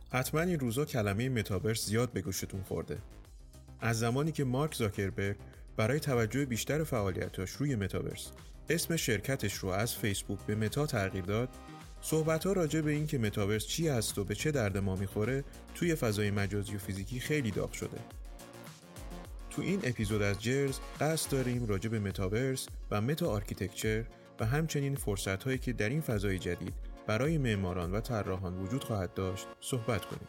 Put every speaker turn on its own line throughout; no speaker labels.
حتما این روزا کلمه متاورس زیاد به گوشتون خورده. از زمانی که مارک زاکربرگ برای توجه بیشتر فعالیتاش روی متاورس اسم شرکتش رو از فیسبوک به متا تغییر داد، صحبت‌ها راجع به این که متاورس چی هست و به چه درد ما میخوره توی فضای مجازی و فیزیکی خیلی داغ شده. تو این اپیزود از جرز قصد داریم راجع به متاورس و متا آرکیتکچر و همچنین فرصت‌هایی که در این فضای جدید برای معماران و طراحان وجود خواهد داشت صحبت کنیم.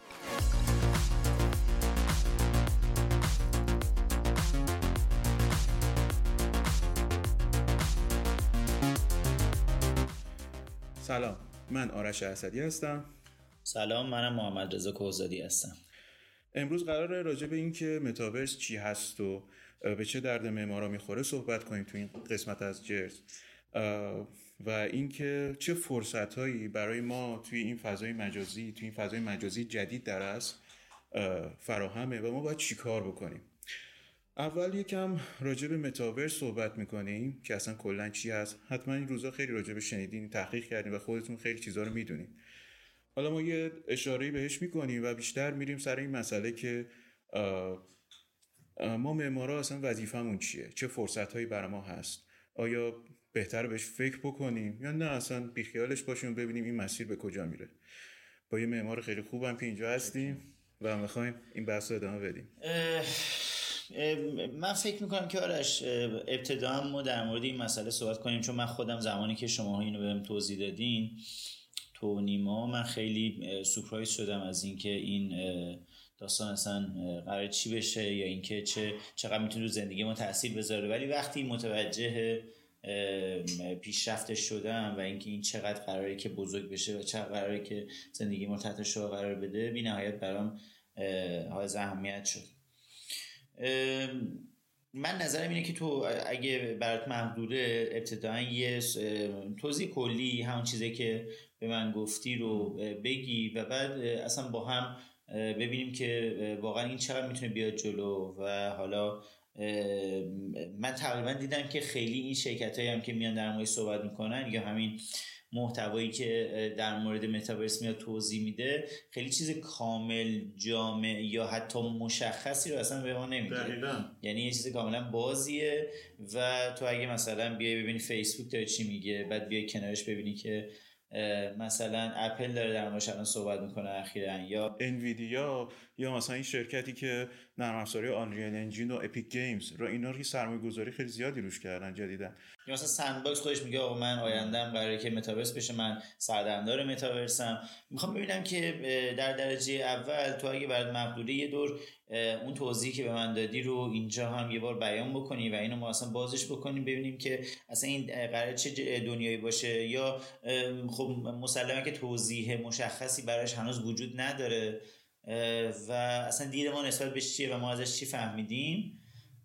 سلام، من آرش اسدی هستم.
سلام، منم محمد رضا کوهزادی هستم.
امروز قراره راجع به این که متاورس چی هست و به چه درد معمارا میخوره صحبت کنیم تو این قسمت از جرز و اینکه چه فرصتایی برای ما توی این فضای مجازی جدید در است فراهمه و ما باید چی کار بکنیم. اول یکم راجع به متاورس صحبت میکنیم که اصلا کلا چی هست. حتما این روزا خیلی راجع به شنیدین، تحقیق کردین و خودتون خیلی چیزا رو میدونین. حالا ما یه اشاره‌ای بهش میکنیم و بیشتر میریم سر این مسئله که ما معمارا اصلا وظیفمون چیه، چه فرصت‌هایی برای ما هست، آیا بهتر بهش فکر بکنیم یا نه اصلا بیخیالش باشیم و ببینیم این مسیر به کجا میره. با یه معمار خیلی خوبم که اینجا هستیم و میخوایم این بحث رو ادامه بدیم.
من فکر میکنم که آرش ابتدا ما در مورد این مسئله صحبت کنیم، چون من خودم زمانی که شما اینو بهم توضیح دادین تو نیما من خیلی سورپرایز شدم از اینکه این داستان اصلا قرار چی بشه یا اینکه چقدر میتونه رو زندگی ما تاثیر بذاره. ولی وقتی متوجه پیشرفتش شدم و اینکه این چقدر قراره که بزرگ بشه و چقدر قراره که زندگی ما تحت شعاع قرار بده، بی نهایت برام حائز اهمیت شد. من نظرم اینه که تو اگه برات محدوده ابتداً یه توضیح کلی همون چیزی که به من گفتی رو بگی و بعد اصلا با هم ببینیم که واقعا این چقدر میتونه بیاد جلو. و حالا من تقریبا دیدم که خیلی این شرکتایی هم که میان در مورد صحبت میکنن یا همین محتوایی که در مورد متاورس میاد توضیح میده خیلی چیز کامل جامع یا حتی مشخصی رو اصلا به ما نمیگه. یعنی یه چیز کاملا بازیه و تو اگه مثلا بیای ببینی فیسبوک داره چی میگه، بعد بیای کنارش ببینی که مثلا اپل داره در موردش الان صحبت میکنه اخیراً، یا
انویدیا، یا مثلا این شرکتی که نرم افزاری آنریل انجین و اپیک گیمز رو اینا رو سرمایه‌گذاری خیلی زیادی روش کردن جدیداً.
یا مثلا سندباکس خودش میگه آقا من آیندهم قراره که متاورس بشه، من سردمدار متاورسم. میخوام ببینم که در درجه اول تو اگه برات مقدوره یه دور اون توضیحی که به من دادی رو اینجا هم یه بار بیان بکنی و اینو ما اصلا بازش بکنیم ببینیم که اصلا این قراره چه دنیایی باشه. یا خب مسلمه که توضیح مشخصی براش هنوز وجود نداره و اصلا دید ما نسبت بهش چیه و ما ازش چی فهمیدیم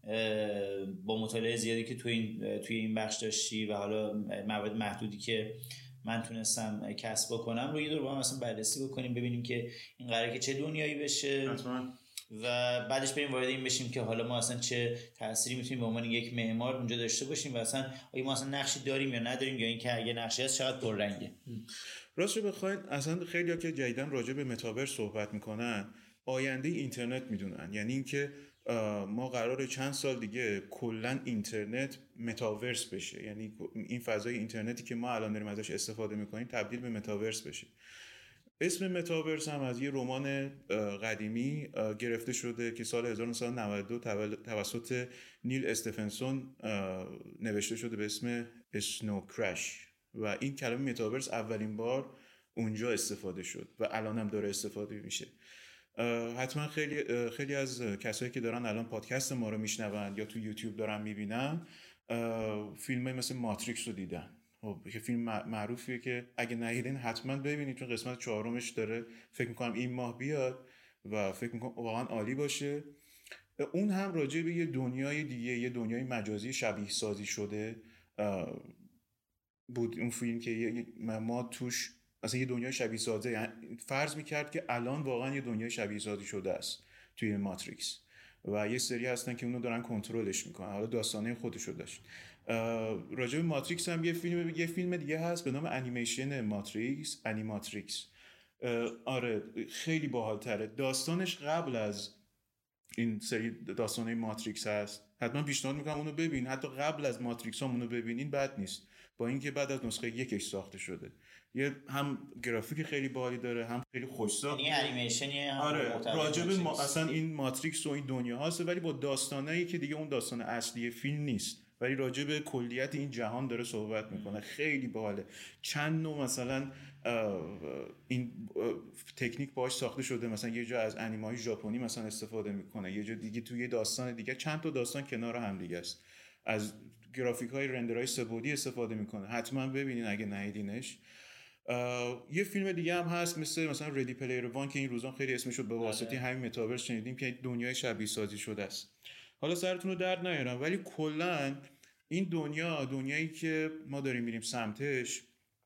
با مطالعه زیادی که توی این بخش داشتی و حالا موارد محدودی که من تونستم کسب بکنم رو یه دور با هم اصلا بررسی بکنیم ببینیم که این قراره که چه دنیایی بشه و بعدش بریم وارد این بشیم که حالا ما اصلا چه تأثیری میتونیم به عنوان یک معمار اونجا داشته باشیم و اصلا آیا ما اصلا نقشی داریم یا نداریم یا اینکه اگه نقشی هست چقدر پررنگه.
راستش بخواید اصلا خیلی‌ها که جدیداً راجع به متاورس صحبت میکنن آینده اینترنت میدونن، یعنی اینکه ما قراره چند سال دیگه کلا اینترنت متاورس بشه، یعنی این فضای اینترنتی که ما الان داریم ازش استفاده میکنیم تبدیل به متاورس بشه. اسم متاورس هم از یه رمان قدیمی گرفته شده که سال 1992 توسط نیل استفنسون نوشته شده به اسم اسنو کرش و این کلمه متاورس اولین بار اونجا استفاده شد و الان هم داره استفاده میشه. حتما خیلی از کسایی که دارن الان پادکست ما رو میشنون یا تو یوتیوب دارن میبینن فیلمای مثل ماتریکس رو دیدن. که فیلم معروفیه که اگه ندیدین حتما ببینید چون قسمت 4 داره فکر میکنم این ماه بیاد و فکر میکنم واقعا عالی باشه. اون هم راجع به یه دنیای دیگه، یه دنیای مجازی شبیه سازی شده بود اون فیلم که ما توش اصلا یه دنیای شبیه سازی، یعنی فرض میکرد که الان واقعا یه دنیای شبیه سازی شده است توی ماتریکس و یه سری هستن که اونو دارن کنترلش میکنن. حالا داستانه خودشو داشت. راجع به ماتریکس هم یه فیلم دیگه هست به نام انیمیشن ماتریکس، انیماتریکس آره خیلی باحال‌تره. داستانش قبل از این سری داستانه ماتریکس هست، حتما پیشنهاد میکنم اونو ببین. حتی قبل از ماتریکس هم اونو ببینین بد نیست، با اینکه بعد از نسخه یکش ساخته شده. یه هم گرافیک خیلی باحالی داره، هم خیلی خوش‌ساخته،
یعنی انیمیشنی هم.
آره راجب اصلا این ماتریکس و این دنیا هست، ولی با داستانایی که دیگه اون داستان اصلی فیلم نیست، ولی راجب کلیت این جهان داره صحبت میکنه. خیلی باحاله. چند نوع مثلا این تکنیک باهاش ساخته شده، مثلا یه جا از انیمه‌های ژاپنی مثلا استفاده میکنه، یه جا دیگه توی داستان دیگه، چند تا داستان کنار هم دیگه است، از گرافیک‌های رندرهای سه‌بعدی استفاده میکنه. حتما ببینین اگه ندیدینش. یه فیلم دیگه هم هست مثلا ردی پلیر وان که این روزا خیلی اسمش رو به واسطه همین متاورس شنیدیم، که دنیای شبیه سازی شده است. حالا سرتون رو درد نیارم، ولی کلا این دنیایی که ما داریم میریم سمتش،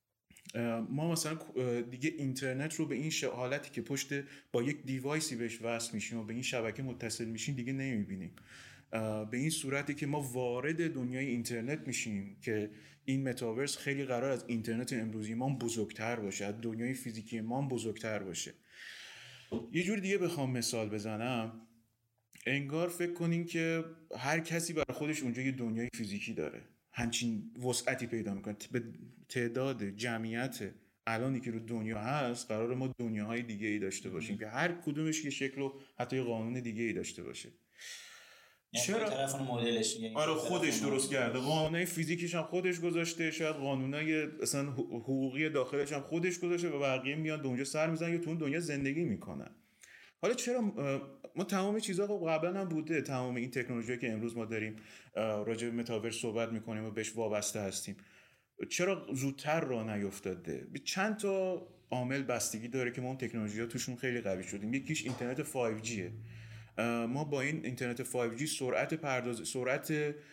ما مثلا دیگه اینترنت رو به این حالتی که پشت با یک دیوایسی بهش وصل میشیم و به این شبکه متصل میشیم دیگه نمیبینیم. به این صورتی که ما وارد دنیای اینترنت میشیم که این متاورس خیلی قرار از اینترنت امروزی ما بزرگتر باشه، از دنیای فیزیکی ما بزرگتر باشه. یه جور دیگه بخوام مثال بزنم، انگار فکر کنین که هر کسی برای خودش اونجا یه دنیای فیزیکی داره، همچین وسعتی پیدا میکنه. به تعداد جمعیت الانی که رو دنیا هست قرار ما دنیاهای دیگه ای داشته باشیم که هر کدومش یه شکل و حتی یه قانون دیگه ای داشته باشه.
چرا طرف اون مدلش
آره خودش درست کرده، قانونای فیزیکیش هم خودش گذاشته، شاید قانونای مثلا حقوقی داخلش هم خودش گذاشته و بقیه میان اونجا سر میزنن یا تو اون دنیا زندگی میکنن. حالا چرا ما تمام چیزا قبلا هم بوده، تمام این تکنولوژی که امروز ما داریم راجع به متاورس صحبت میکنیم و بهش وابسته هستیم، چرا زودتر راه نیفتاده؟ چند تا عامل بستگی داره که ما اون تکنولوژی‌ها توشون خیلی قوی شدیم. یکیش اینترنت 5Gه. ما با این اینترنت 5G سرعت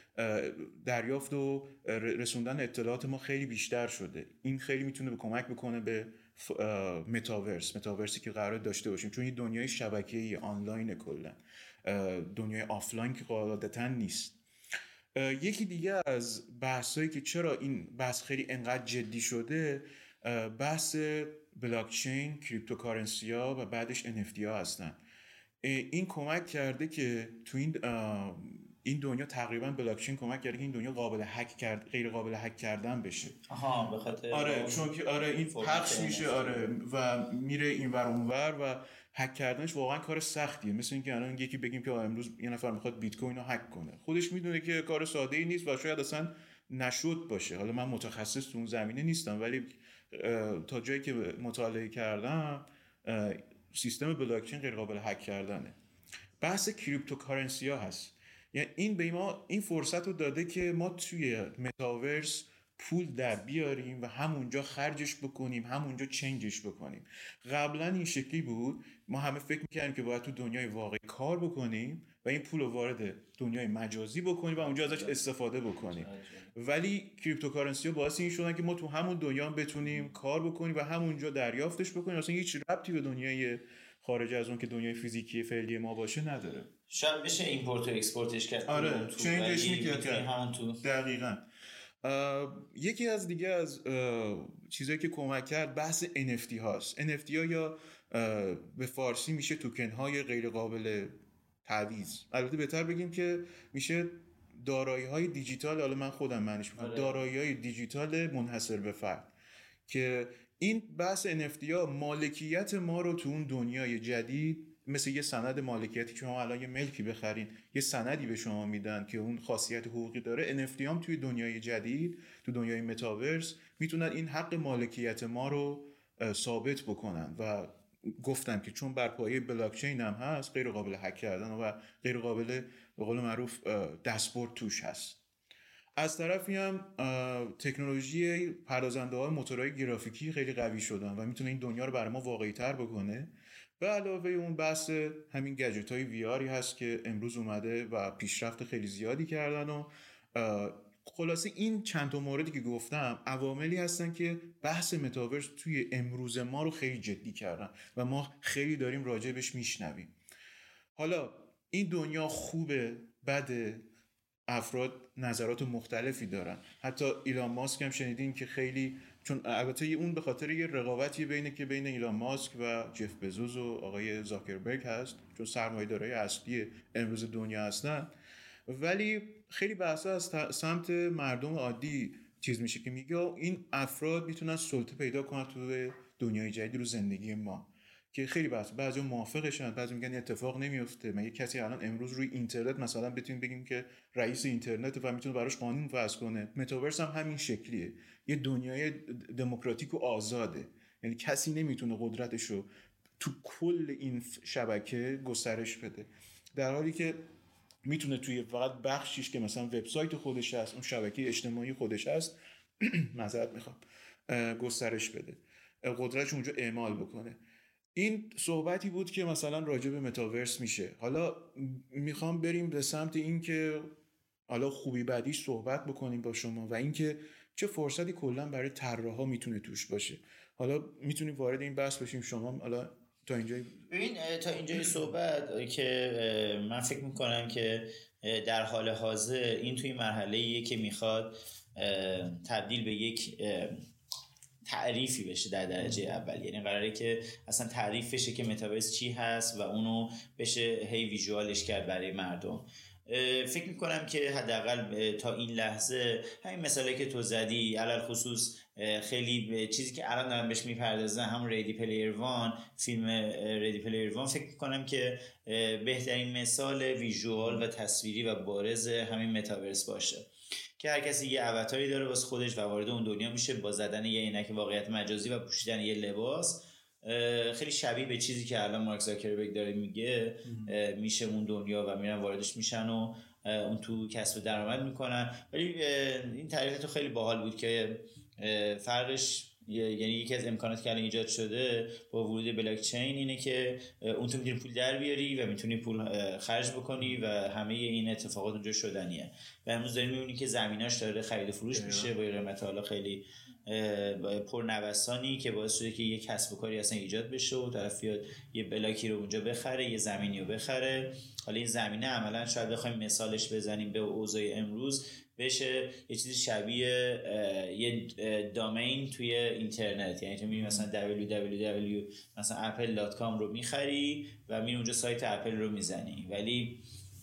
دریافت و رسوندن اطلاعات ما خیلی بیشتر شده. این خیلی میتونه به کمک بکنه به متاورسی که قرار داشته باشیم، چون این دنیای شبکه‌ای آنلاین کلا، دنیای آفلاین که قاعدتاً نیست. یکی دیگه از بحثایی که چرا این بحث خیلی انقدر جدی شده، بحث بلاکچین، کریپتوکارنسی ها و بعدش NFT ها هستن. این کمک کرده که تو این دنیا تقریبا بلاکچین کمک کرده که این دنیا غیر قابل هک کردن بشه.
به خاطر
آره چون که این پخش میشه و میره اینور اونور و هک کردنش واقعا کار سختیه. مثل اینکه الان یکی بگیم که امروز یه نفر میخواد بیت کوین رو هک کنه، خودش میدونه که کار ساده ای نیست و شاید اصلا نشد باشه. حالا من متخصص تو اون زمینه نیستم، ولی تا جایی که مطالعه کردم سیستم بلاکچین غیر قابل هک کردنه. بحث کریپتوکارنسی ها هست، یعنی این به ما این فرصت رو داده که ما توی متاورس پول در بیاریم و همونجا خرجش بکنیم، همونجا چنجش بکنیم. قبلا این شکلی بود، ما همه فکر میکردیم که باید تو دنیای واقعی کار بکنیم و این پول رو وارد دنیای مجازی بکنیم و اونجا ازش استفاده بکنیم. ولی کریپتوکارنسی ها باعث این شدن که ما تو همون دنیا بتونیم کار بکنیم و همونجا دریافتش بکنیم، اصلا هیچ ربطی به دنیای خارج از اون که دنیای فیزیکی فعلی ما باشه نداره.
شاید بشه ایمپورت و اکسپورتش کرد.
آره چنجش میکرد
همون تو.
دقیقاً. یکی از دیگه از چیزایی که کمک کرد بحث NFT هاست. NFT ها یا به فارسی میشه توکن های غیر قابل تعویض. البته بهتر بگیم که میشه دارایی های دیجیتال، حالا من خودم معنیش میکنم دارایی های دیجیتال منحصر به فرد، که این بحث NFT ها مالکیت ما رو تو اون دنیای جدید مثل یه سند مالکیتی که شما الان یه ملکی بخرین یه سندی به شما میدن که اون خاصیت حقوقی داره، NFT هم توی دنیای جدید، تو دنیای متاورس میتونن این حق مالکیت ما رو ثابت بکنن و گفتم که چون بر پایه بلاکچین هم هست غیر قابل هک کردن و غیر قابل به قول معروف دستبرد توش هست. از طرفی هم تکنولوژی پردازنده های موتورهای گرافیکی خیلی قوی شدن و میتونه این دنیا رو برای ما واقعی تر بکنه. به علاوه اون بحث همین گجت های ویاری هست که امروز اومده و پیشرفت خیلی زیادی کردن و خلاصه این چند تا موردی که گفتم عواملی هستن که بحث متاورس توی امروز ما رو خیلی جدی کردن و ما خیلی داریم راجبش میشنویم. حالا این دنیا خوبه بده، افراد نظرات مختلفی دارن. حتی ایلان ماسک هم شنیدین که خیلی چون البته اون به خاطر یه رقابتی بین ایلان ماسک و جف بزوس و آقای زاکربرگ هست، چون سرمایه‌دارای اصلی امروز دنیا هستن. ولی خیلی بحثا از سمت مردم عادی چیز میشه که میگه این افراد میتونن سلطه پیدا کنن تو دنیای جدید رو زندگی ما، که خیلی بعضی موافقشن، بعضی میگن اتفاق نمیفته. مگه کسی الان امروز روی اینترنت مثلا بتونیم بگیم که رئیس اینترنت و میتونه براش قانون وضع کنه؟ متاورس هم همین شکلیه، یه دنیای دموکراتیک و آزاده، یعنی کسی نمیتونه قدرتش رو تو کل این شبکه گسترش بده، در حالی که میتونه توی فقط بخشیش که مثلا وبسایت خودش هست، اون شبکه اجتماعی خودش هست معذرت میخوام، گسترش بده، قدرتش اونجا اعمال بکنه. این صحبتی بود که مثلا راجع به متاورس میشه. حالا میخوام بریم به سمت این که حالا خوبی بدیش صحبت بکنیم با شما و اینکه چه فرصتی کلا برای طراحا میتونه توش باشه. حالا میتونیم وارد این بحث بشیم. شما حالا تا
اینجای صحبت که من فکر میکنم که در حال حاضر این توی مرحله‌ایه که میخواد تبدیل به یک تعریفی بشه در درجه اول. یعنی قراره که اصلا تعریف بشه که متاورس چی هست و اونو بشه هی ویژوالش کرد برای مردم. فکر میکنم که حداقل تا این لحظه همین مثالی که تو زدی، علل خصوص خیلی چیزی که الان دارم بهش میپردازم، همون ریدی پلیر وان، فیلم ریدی پلیر وان، فکر میکنم که بهترین مثال ویژوال و تصویری و بارز همین متاورس باشه که هر کسی یه اوتاری داره واسه خودش و وارد اون دنیا میشه با زدن یه عینک واقعیت مجازی و پوشیدن یه لباس. خیلی شبیه به چیزی که الان مارک زاکربرگ داره میگه میشه اون دنیا و میرن واردش میشن و اون تو کسب درآمد میکنن. ولی این تعریف تو خیلی باحال بود که فرقش، یعنی یکی از امکاناتی که الان ایجاد شده با ورود بلاک چین اینه که اون تو میتونی پول در بیاری و میتونی پول خرج بکنی و همه این اتفاقات اونجا شدنیه. و امروز داریم میبینیم که زمیناش داره خرید و فروش میشه با قیمت حالا خیلی پرنوسانی که باعث شده که یک کسب و کاری اصلا ایجاد بشه و طرف بیاد یه بلاکی رو اونجا بخره، یه زمینی رو بخره. حالا این زمینه عملا شاید بخوایم مثالش بزنیم به اوضاع امروز بشه یه چیزی شبیه یه دامین توی اینترنت. یعنی تو میری مثلا www مثلا apple.com رو میخری و میری اونجا سایت اپل رو میزنی، ولی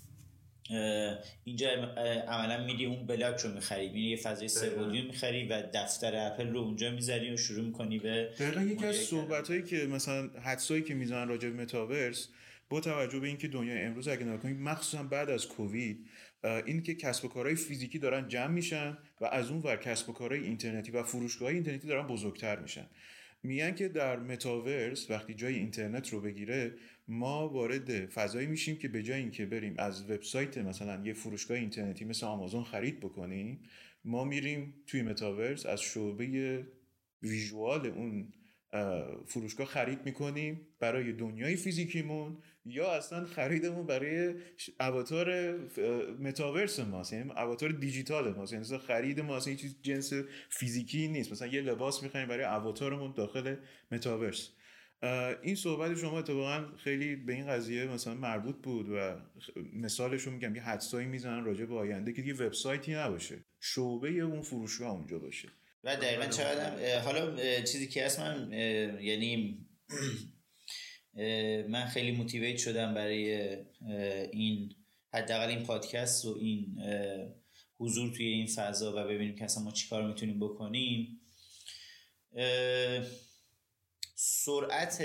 اینجا عملا میری اون بلاک رو میخری، میری یه فضای سروری میخری و دفتر اپل رو اونجا میذاری و شروع میکنی به
دقیقاً. یکی از صحبتایی که مثلا حدسایی که میزنن راجع به متاورس با توجه به اینکه دنیای امروز اگه نگاه کنید مخصوصا بعد از کووید، این که کسب و کارهای فیزیکی دارن جمع میشن و از اون ور کسب و کارهای اینترنتی و فروشگاه‌های اینترنتی دارن بزرگتر میشن. میگن که در متاورس وقتی جای اینترنت رو بگیره ما وارد فضایی میشیم که به جای اینکه بریم از وبسایت مثلا یه فروشگاه اینترنتی مثل آمازون خرید بکنیم، ما میریم توی متاورس از شعبه ویژوال اون فروشگاه خرید میکنیم برای دنیای فیزیکیمون، یا اصلا خریدمون برای اواتار متاورس ماست، یعنی اواتار دیجیتال ماست. یعنی خرید ما اصلا چیز جنس فیزیکی نیست، مثلا یه لباس میخریم برای اواتارمون داخل متاورس. این صحبت شما اتفاقا خیلی به این قضیه مثلا مربوط بود و مثالش رو میگم یه حدسایی میزنن راجع به آینده که دیگه وبسایتی نباشه، شعبه اون فروشگاه اونجا باشه.
و دقیقاً چقدر حالا چیزی که هست، من یعنی من خیلی موتیویت شدم برای این حداقل این پادکست و این حضور توی این فضا و ببینیم که اصلا ما چیکار میتونیم بکنیم. سرعت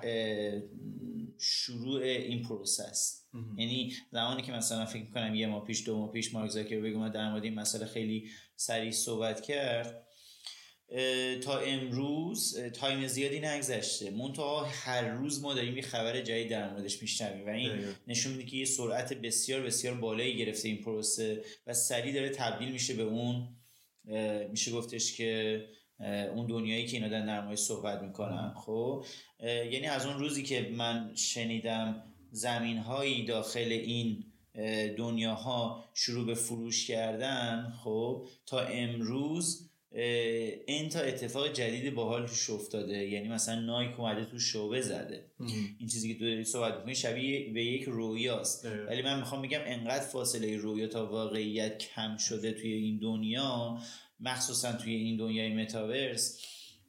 شروع این پروسس، یعنی زمانی که مثلا فکر کنم یه ماه پیش 2 ماه پیش مارک زاکربرگ اومد در مورد این مسئله خیلی سریع صحبت کرد، تا امروز تایم زیادی نگذشته، منتها هر روز ما داریم یه خبر جدید در موردش میشنویم و این نشون میده که یه سرعت بسیار بسیار بالایی گرفته این پروسه و سریع داره تبدیل میشه به اون، میشه گفتش که اون دنیایی که اینا دارن در موردش صحبت میکنن. خب یعنی از اون روزی که من شنیدم زمین‌هایی داخل این دنیاها شروع به فروش کردن، خب تا امروز این تا اتفاق جدید باحال توش افتاده. یعنی مثلا نایک اومده تو شعبه زده. این چیزی که تو صحبت می‌کنی شبیه به یک رویاست، ولی من میخوام بگم انقدر فاصله رویا تا واقعیت کم شده توی این دنیا. مخصوصا توی این دنیای متاورس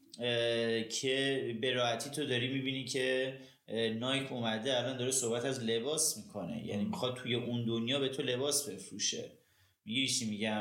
که به راحتی تو داری میبینی که نایک اومده الان داره صحبت از لباس میکنه، یعنی میخواد توی اون دنیا به تو لباس بفروشه. میگیری چی میگم؟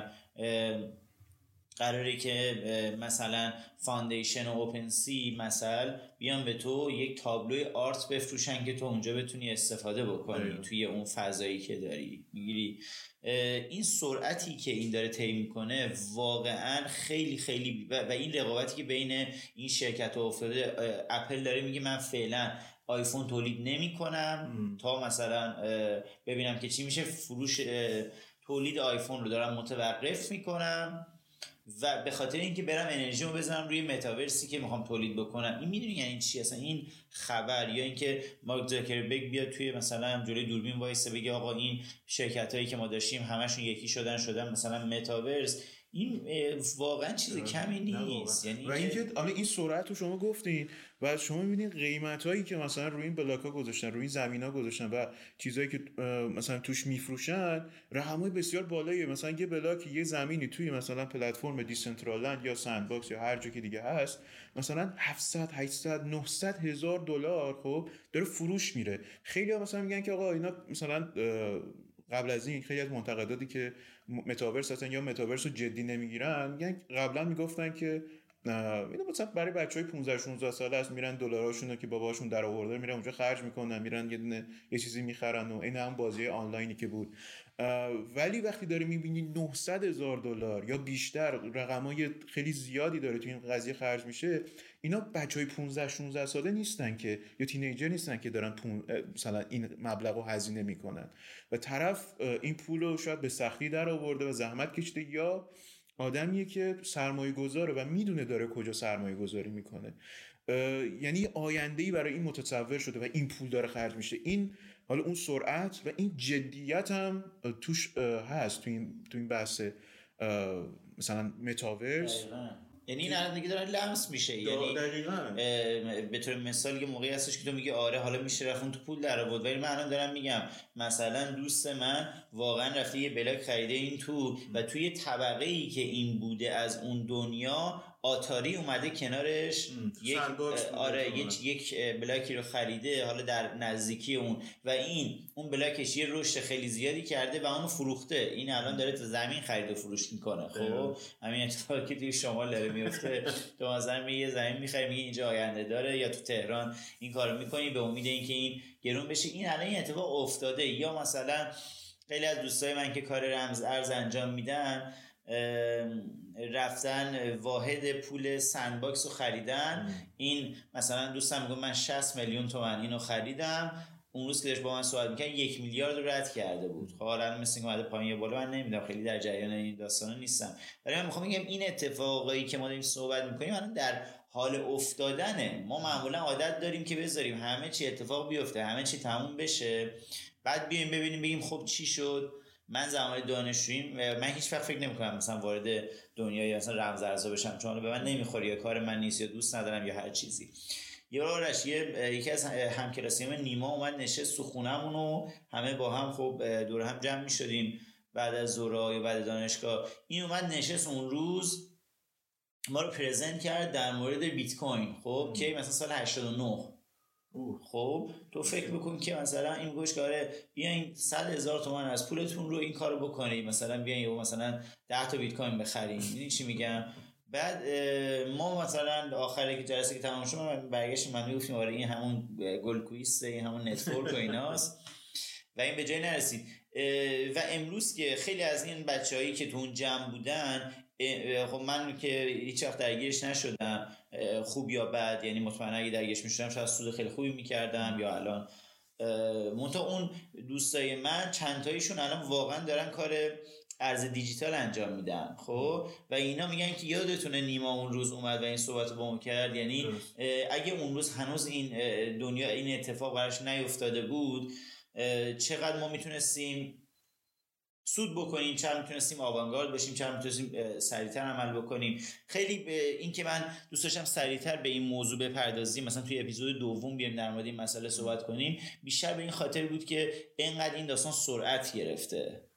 قراره که مثلا فاندیشن و اوپن سی مثلا بیان به تو یک تابلوی آرت بفروشن که تو اونجا بتونی استفاده بکنی توی اون فضایی که داری. میگیری این سرعتی که این داره طی میکنه واقعا خیلی خیلی و این رقابتی که بین این شرکت افتاده، اپل داره میگه من فعلا آیفون تولید نمی کنم تا مثلا ببینم که چی میشه، فروش تولید آیفون رو دارم متوقف میکنم و به خاطر اینکه برم انرژیمو بزنم روی متاورسی که میخوام تولید بکنم. این میدونی یعنی چی اصلا این خبر؟ یا اینکه مارک زاکربرگ بیاد توی مثلا جلوی دوربین وایسه بگه آقا این شرکتایی که ما داشتیم همشون یکی شدن مثلا متاورس. این واقعا چیز کمی نیست. یعنی
و اینکه این سرعت رو شما گفتین و شما می‌بینید قیمتایی که مثلا روی این بلاک‌ها گذاشتن، روی این زمینا گذاشتن و چیزایی که مثلا توش میفروشن رقمای بسیار بالاییه. مثلا یه بلاک یه زمینی توی مثلا پلتفرم دیسنترالند یا سندباکس یا هر جا که دیگه هست مثلا 700 800 900 هزار دلار خب داره فروش میره. خیلی‌ها مثلا میگن که آقا اینا مثلا قبل از این خیلی از منتقداتی که متاورس هستن یا متاورس رو جدی نمیگیرن میگن قبلا میگفتن که اینا مثلا برای بچهای 15 16 ساله است، میرن دلاراشون رو که باباشون در آورده میرن اونجا خرج میکنن، میرن یه چیزی میخرن و این هم بازی آنلاینی که بود. ولی وقتی داری میبینی 900 هزار دلار یا بیشتر رقمای خیلی زیادی داره تو این قضیه خرج میشه، اینا بچهای 15 16 ساله نیستن که یا تینیجر نیستن که دارن مثلا این مبلغو هزینه میکنن و طرف این پولو شاید به سختی در آورده و زحمت کشیده، یا آدمیه که سرمایه گذاره و میدونه داره کجا سرمایه گذاری میکنه. یعنی آینده‌ای برای این متصور شده و این پول داره خرج میشه. این حالا اون سرعت و این جدیت هم توش هست تو این بحث مثلا متاورس.
یعنی این الان دیگه داره لمس میشه. یعنی به طور مثال یه موقعی هستش که تو میگه آره حالا میشه رفتون تو پول در آورد، ولی من الان دارم میگم مثلا دوست من واقعا رفته یه بلاک خریده این تو و توی طبقه ای که این بوده از اون دنیا آتاری اومده کنارش یک بلاکی رو خریده حالا در نزدیکی اون و اون بلاکش یه رشد خیلی زیادی کرده و اونو فروخته. این الان داره تو زمین خرید و فروش میکنه. خب همین اتفاقی که توی شمال داره میفته. تو مثلا یه زمین میخری میگی اینجا آینده داره، یا تو تهران این کارو میکنی به امید اینکه این گرون بشه. این الان این اتفاق افتاده. یا مثلا خیلی از دوستای من که کار رمز ارز انجام میدن رفتن واحد پول سندباکس رو خریدن. این مثلا دوستم میگه من 60 میلیون تومان اینو خریدم، اون روز که داشت با من صحبت می‌کرد 1 میلیارد رو رد کرده بود. خب الان مثلا اومده پایین بالا، من نمیدونم خیلی در جریان این داستانا نیستم، ولی من میخوام بگم این اتفاقایی که ما داریم صحبت می‌کنیم الان در حال افتادنه. ما معمولا عادت داریم که بذاریم همه چی اتفاق بیفته، همه چی تموم بشه، بعد بیایم ببینیم بگیم خب چی شد. من زمان دانشجوییم من هیچ وقت فکر نمی‌کنم مثلا وارد دنیای مثلا رمز ارزها بشم، چون به من نمیخوره یا کار من نیست یا دوست ندارم یا هر چیزی. یکی از همکلاسیام نیما اومد نشست تو خونمون و همه با هم خب دور هم جمع می‌شدیم بعد از ظهر یا بعد دانشگاه. این اومد نشست اون روز ما رو پرزنت کرد در مورد بیت کوین. خب که مثلا سال 89. خب تو فکر بکن که مثلا این گوش کاره بیاین 100,000 تومان از پولتون رو این کارو بکنید، مثلا بیاین یا مثلا 10 تا بیت کوین بخرید. میدونی چی میگم؟ بعد ما مثلا آخر که جلسه که تمام شد من برگشتیم من میگفتیم آره این همون گلکویسته، این همون نتورک و ایناست و این به جای نرسید. و امروز که خیلی از این بچه‌هایی که تو اون جمع بودن، خب من که هیچ وقت درگیرش نشدم خوب یا بد، یعنی مطمئنا اگه درگیرش میشدم شاید سود خیلی خوبی میکردم یا الان منتها اون دوستای من چند تاییشون الان واقعا دارن کار ارز دیجیتال انجام میدن. خب و اینا میگن که یادتونه نیما اون روز اومد و این صحبت رو با ما کرد، یعنی اگه اون روز هنوز این دنیا این اتفاق براش نیفتاده بود چقدر ما میتونستیم سود بکنیم، چقدر میتونستیم آوانگارد بشیم، چقدر میتونستیم سریعتر عمل بکنیم. خیلی این که من دوست داشتم سریعتر به این موضوع بپردازیم، مثلا توی اپیزود دوم بیایم در مورد این مسئله صحبت کنیم، بیشتر به این خاطر بود که اینقدر این داستان سرعت گرفته.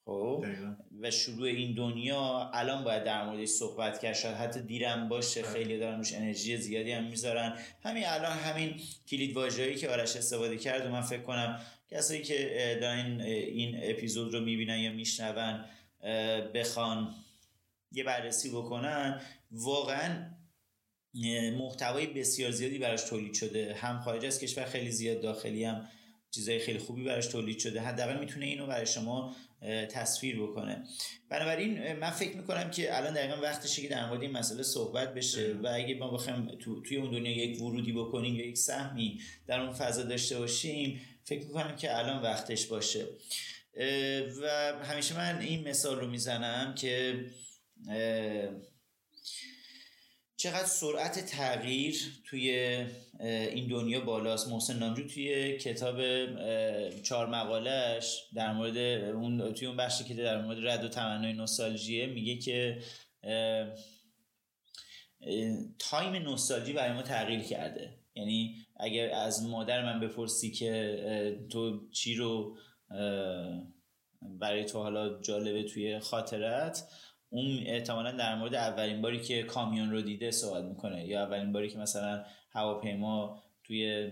خب و شروع این دنیا الان باید در موردش صحبت کرد، شاید حتی دیرم باشه، خیلی دارن روش انرژی زیادی هم میذارن. همین الان همین کلید واژه‌ای که آرش استفاده کرد و من فکر کنم کسایی که دارن این اپیزود رو میبینن یا میشنون بخوان یه بررسی بکنن، واقعا محتوای بسیار زیادی براش تولید شده، هم خارج از کشور خیلی زیاد، داخلی هم چیزای خیلی خوبی براش تولید شده، حداقل میتونه اینو برای شما تصویر بکنه. بنابراین من فکر میکنم که الان دقیقا وقتشه که در مورد این مسئله صحبت بشه و اگه ما بخوایم توی اون دنیا یک ورودی بکنیم یا یک سهمی در اون فضا داشته باشیم، فکر میکنم که الان وقتش باشه. و همیشه من این مثال رو میزنم که چقدر سرعت تغییر توی این دنیا بالاست. محسن نامجو توی کتاب 4 مقاله‌اش در مورد اون توی اون بخشی که در مورد رد و تمنای نوستالژی میگه که تایم نوستالژی برای ما تغییر کرده. یعنی اگر از مادر من بپرسی که تو چی رو برای تو حالا جالبه توی خاطرت، اون احتمالاً در مورد اولین باری که کامیون رو دیده صحبت میکنه، یا اولین باری که مثلا هواپیما توی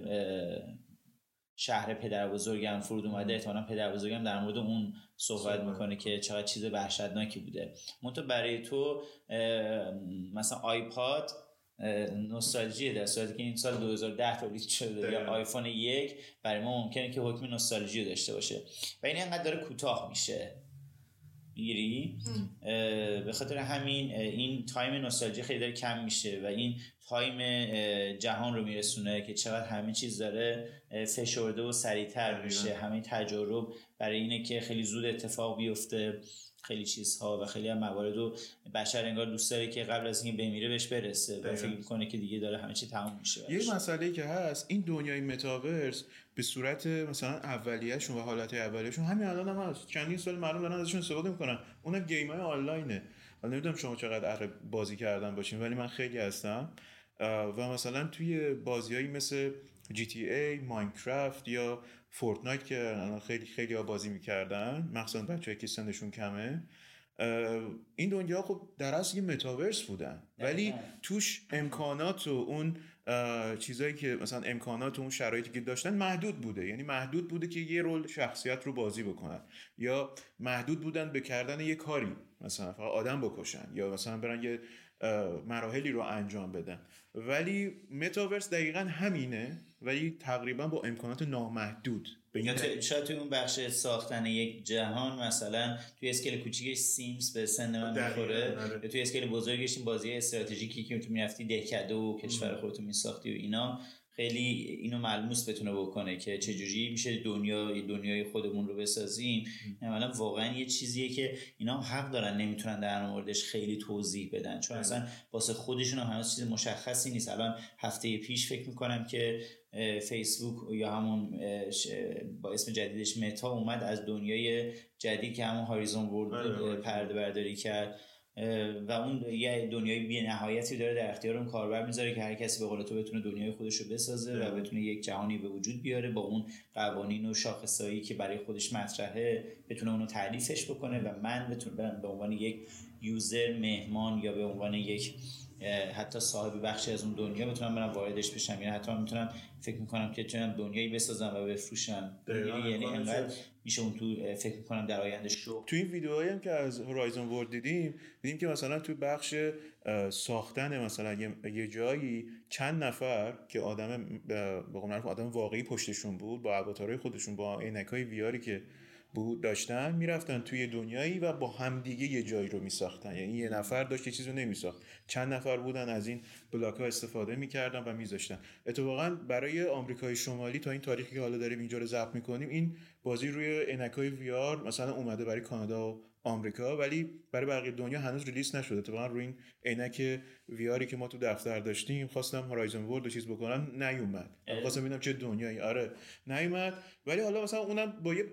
شهر پدر بزرگم فرود اومده، احتمالاً پدر بزرگم در مورد اون صحبت میکنه که چقدر چیز وحشتناکی بوده. منتها برای تو مثلا آیپاد نوستالژی، در صورتی که این سال 2010 تولید شده، یا آیفون 1 برای ما ممکنه که حکم نوستالژی داشته باشه و این انقدر داره کوتاه میشه میگیری. به خاطر همین این تایم نوستالژی خیلی داره کم میشه و این تایم جهان رو میرسونه که چقدر همه چیز داره فشرده و سریعتر میشه. همه تجارب برای اینه که خیلی زود اتفاق بیفته خیلی چیزها و خیلی هم موارد رو بشر انگار دوست داره که قبل از اینکه بمیره بهش برسه و فکر میکنه که دیگه داره همه چی تموم میشه.
یه مسئله‌ای که هست، این دنیای متاورس به صورت مثلا اولیه‌شون و حالت اولیه‌شون همین الان هم هست، چندین سال مردم دارن ازشون استفاده میکنن. اونم گیم‌های آنلاینه. حالا نمیدونم شما چقدر بازی کردن باشین، ولی من خیلی هستم و مثلا توی بازیایی مثل GTA، ماینکرافت یا فورتنایت که الان خیلی ها بازی میکردن، مخصوصا بچه‌ای که سنشون کمه، این دنیا خب در اصل یه متاورس بودن، ولی توش امکانات و اون چیزایی که مثلا امکانات و اون شرایطی که داشتن محدود بوده. یعنی محدود بوده که یه رول شخصیت رو بازی بکنن، یا محدود بودن به کردن یه کاری، مثلا فقط آدم بکشن یا مثلا برن یه مراحلی رو انجام بدن. ولی متاورس دقیقاً همینه، ولی تقریبا با امکانات نامحدود.
شاید توی اون بخش ساختن یک جهان مثلا توی اسکیل کوچیکش سیمز به سن من میخوره، یا توی اسکیل بزرگش این بازی استراتژیکی که تو میرفتی دهکده و کشور خودتو میساختی و اینا، خیلی اینو ملموس بتونه بکنه که چجوری میشه دنیای خودمون رو بسازیم. مثلا واقعا یه چیزیه که اینا حق دارن، نمیتونن در موردش خیلی توضیح بدن، چون اصلا واسه خودشون هنوز چیز مشخصی نیست. الان هفته پیش فکر میکنم که فیسبوک یا همون با اسم جدیدش متا اومد از دنیای جدید که همون هاریزون ورلد پرده برداری کرد و اون یه دنیای بی نهایتی داره در اختیار اون کاربر میذاره که هر کسی به قول تو بتونه دنیای خودش رو بسازه و بتونه یک جهانی به وجود بیاره با اون قوانین و شاخصهایی که برای خودش مطرحه، بتونه اونو تعریفش بکنه و من بتونم به عنوان یک یوزر، مهمان، یا به عنوان یک حتی صاحب بخشی از اون دنیا بتونم برم واردش بشم. یعنی حتی میتونم فکر میکنم که چون دنیایی بسازم و بفروشم. یعنی انقدر میشه اون تو فکر میکنم در آینده
تو این ویدیوهایی هم که از هورایزون ورلد دیدیم که مثلا تو بخش ساختن مثلا یه جایی چند نفر که آدم به قول معروف آدم واقعی پشتشون بود، با اواتارهای خودشون، با عینکای ویاری که بود داشتن، میرفتن توی دنیایی و با همدیگه یه جایی رو میساختن. یعنی یه نفر داشت یه چیزی رو نمیساخت، چند نفر بودن از این بلاک ها استفاده میکردن و میذاشتن. اتفاقا برای آمریکای شمالی تا این تاریخی که حالا داریم اینجا رو ضبط میکنیم، این بازی روی عینکای وی آر مثلا اومده برای کانادا و آمریکا، ولی برای بقیه دنیا هنوز ریلیز نشده. اتفاقا روی این عینک وی آری که ما تو دفتر داشتیم خواستم هورایزون ورلد رو چیز بکنم، نیومد. خواستم ببینم چه دنیایی، آره نیومد. ولی حالا مثلا اونم با یه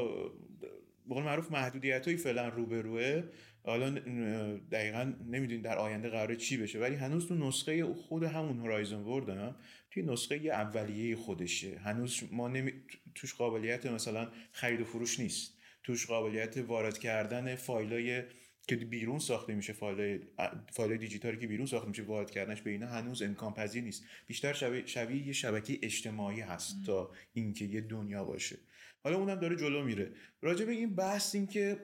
به قول معروف محدودیتایی فعلا روبروه. حالا دقیقاً نمیدونیم در آینده قراره چی بشه، ولی هنوز تو نسخه خود همون هورایزون ورلد هم توی نسخه اولیه خودشه، هنوز ما توش قابلیت مثلا خرید و فروش نیست. توش قابلیت وارد کردن فایلای که بیرون ساخته میشه، فایل دیجیتالی که بیرون ساخته میشه وارد کردنش به اینا هنوز امکان پذیر نیست. بیشتر شبیه یه شبکه اجتماعی هست تا اینکه یه دنیا باشه. حالا اونم داره جلو میره. راجع به این بحث این که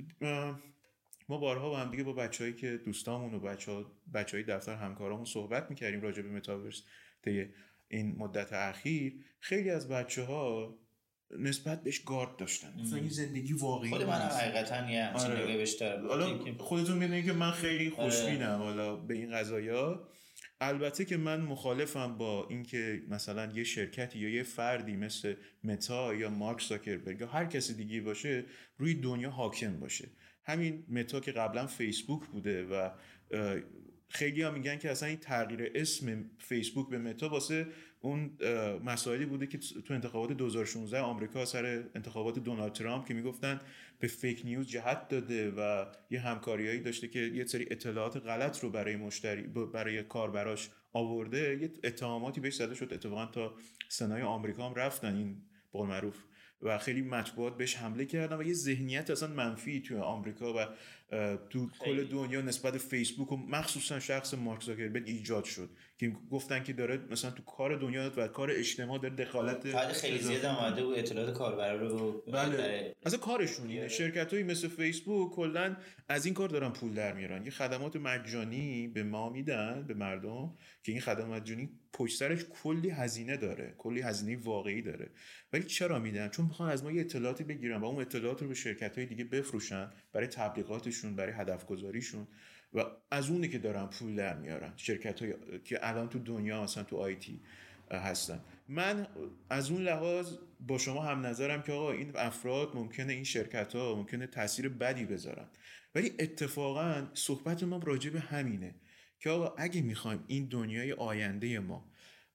ما بارها با هم دیگه با بچه‌هایی که دوستامون و بچه‌های دفتر همکارامون صحبت می‌کردیم راجع به متاورس طی این مدت اخیر، خیلی از بچه‌ها نسبت بهش گارد داشتن. مثلا این زندگی واقعی
خود منم حقیقتاً یه همچین نگاهی بهش دارم.
حالا خودتون می‌دونید که من خیلی خوشبینم حالا به این قضایا. البته که من مخالفم با اینکه مثلا یه شرکتی یا یه فردی مثل متا یا مارک زاکربرگ یا هر کسی دیگه باشه روی دنیا حاکم باشه. همین متا که قبلا فیسبوک بوده و خیلی ها میگن که اصلا این تغییر اسم فیسبوک به متا واسه اون مسائلی بوده که تو انتخابات 2016 آمریکا سر انتخابات دونالد ترامپ که میگفتن به فیک نیوز جهت داده و یه همکاریایی داشته که یه سری اطلاعات غلط رو برای کاربراش آورده، یه اتهاماتی بهش زده شد. اتفاقا تا سنای آمریکا هم رفتن این به قول معروف و خیلی مطبوعات بهش حمله کردن و یه ذهنیت اصلا منفی توی آمریکا و تو کل دنیا نسبت به فیسبوک و مخصوصا شخص مارک زاکربرگ ایجاد شد که گفتن که داره مثلا تو کار دنیا و کار اجتماع داره دخالت
خیلی زیاد اومده و اطلاعات کاربرا رو
اصلا کارشون اینه. شرکتایی مثل فیسبوک کلا از این کار دارن پول در میارن، یه خدمات مجانی به ما میدن به مردم که این خدمات مجانی پشت سرش کلی هزینه داره، کلی هزینه واقعی داره. ولی چرا میدن؟ چون میخوان از ما یه اطلاعاتی بگیرن و اون اطلاعات رو به شرکت‌های دیگه بفروشن برای تبلیغاتشون، برای هدف گذاریشون و از اونی که دارن پول در میارن. شرکت‌های که الان تو دنیا مثلا تو آیتی هستن. من از اون لحاظ با شما هم نظرم که آقا این افراد ممکنه، این شرکت‌ها ممکنه تاثیر بدی بذارن، ولی اتفاقا صحبت ما راجع به همینه که آقا اگه میخوایم این دنیای آینده ما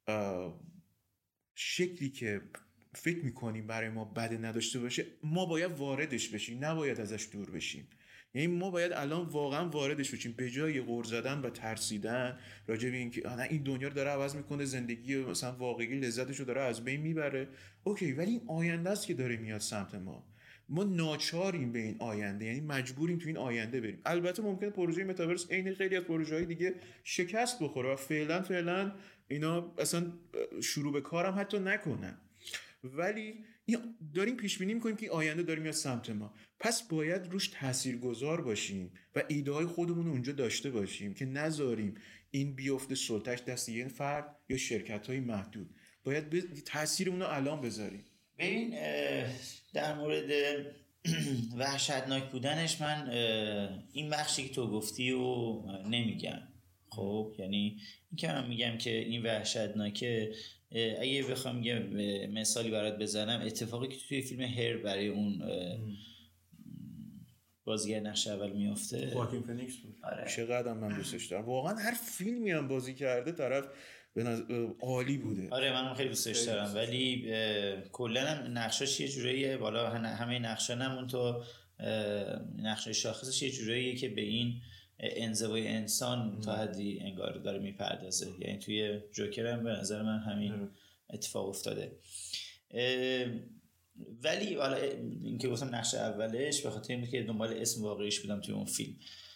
شکلی که فکر میکنیم برای ما بده نداشته باشه، ما باید واردش بشیم، نباید ازش دور بشیم. یعنی ما باید الان واقعا واردش بشیم، به جای غر زدن و ترسیدن راجع به اینکه این دنیا رو داره عوض میکنه، زندگی مثلا واقعی لذتش رو داره از بین میبره. اوکی، ولی این آینده است که داره میاد سمت ما ناچاریم به این آینده، یعنی مجبوریم تو این آینده بریم. البته ممکنه پروژه متاورس عین خیلی از پروژه‌های دیگه شکست بخوره و فعلا اینا اصلا شروع به کارم حتی نکنن، ولی داریم پیش بینی می‌کنیم که آینده داره میاد سمت ما، پس باید روش تاثیرگذار باشیم و ایده‌های خودمون رو اونجا داشته باشیم که نذاریم این بیفته سلطه‌اش دست یه فرد یا شرکت‌های محدود. باید تاثیرمون رو الان بذاریم.
ببین در مورد وحشتناک بودنش، من این بخشی که تو گفتی و نمیگم. خب یعنی این که من میگم که این وحشتناکه، اگه بخوام یه مثالی برات بزنم، اتفاقی که توی فیلم هر برای اون بازیگر نقش اول میفته،
خواکین فنیکس بود. چقدر من دوستش دارم واقعا، هر فیلمی هم بازی کرده طرف عالی بوده.
آره منم خیلی دوستش دارم، ولی کلا هم نقشاش یه جوریه، بالا همه نقشا نمون تو نقشای شاخصش یه جوریه که به این انزوای انسان تا حدی انگار داره میپردازه. یعنی توی جوکر هم به نظر من همین اتفاق افتاده. ولی حالا این که گفتم نقش اولش به خاطر اینکه که دنبال اسم واقعیش بودم توی اون فیلم.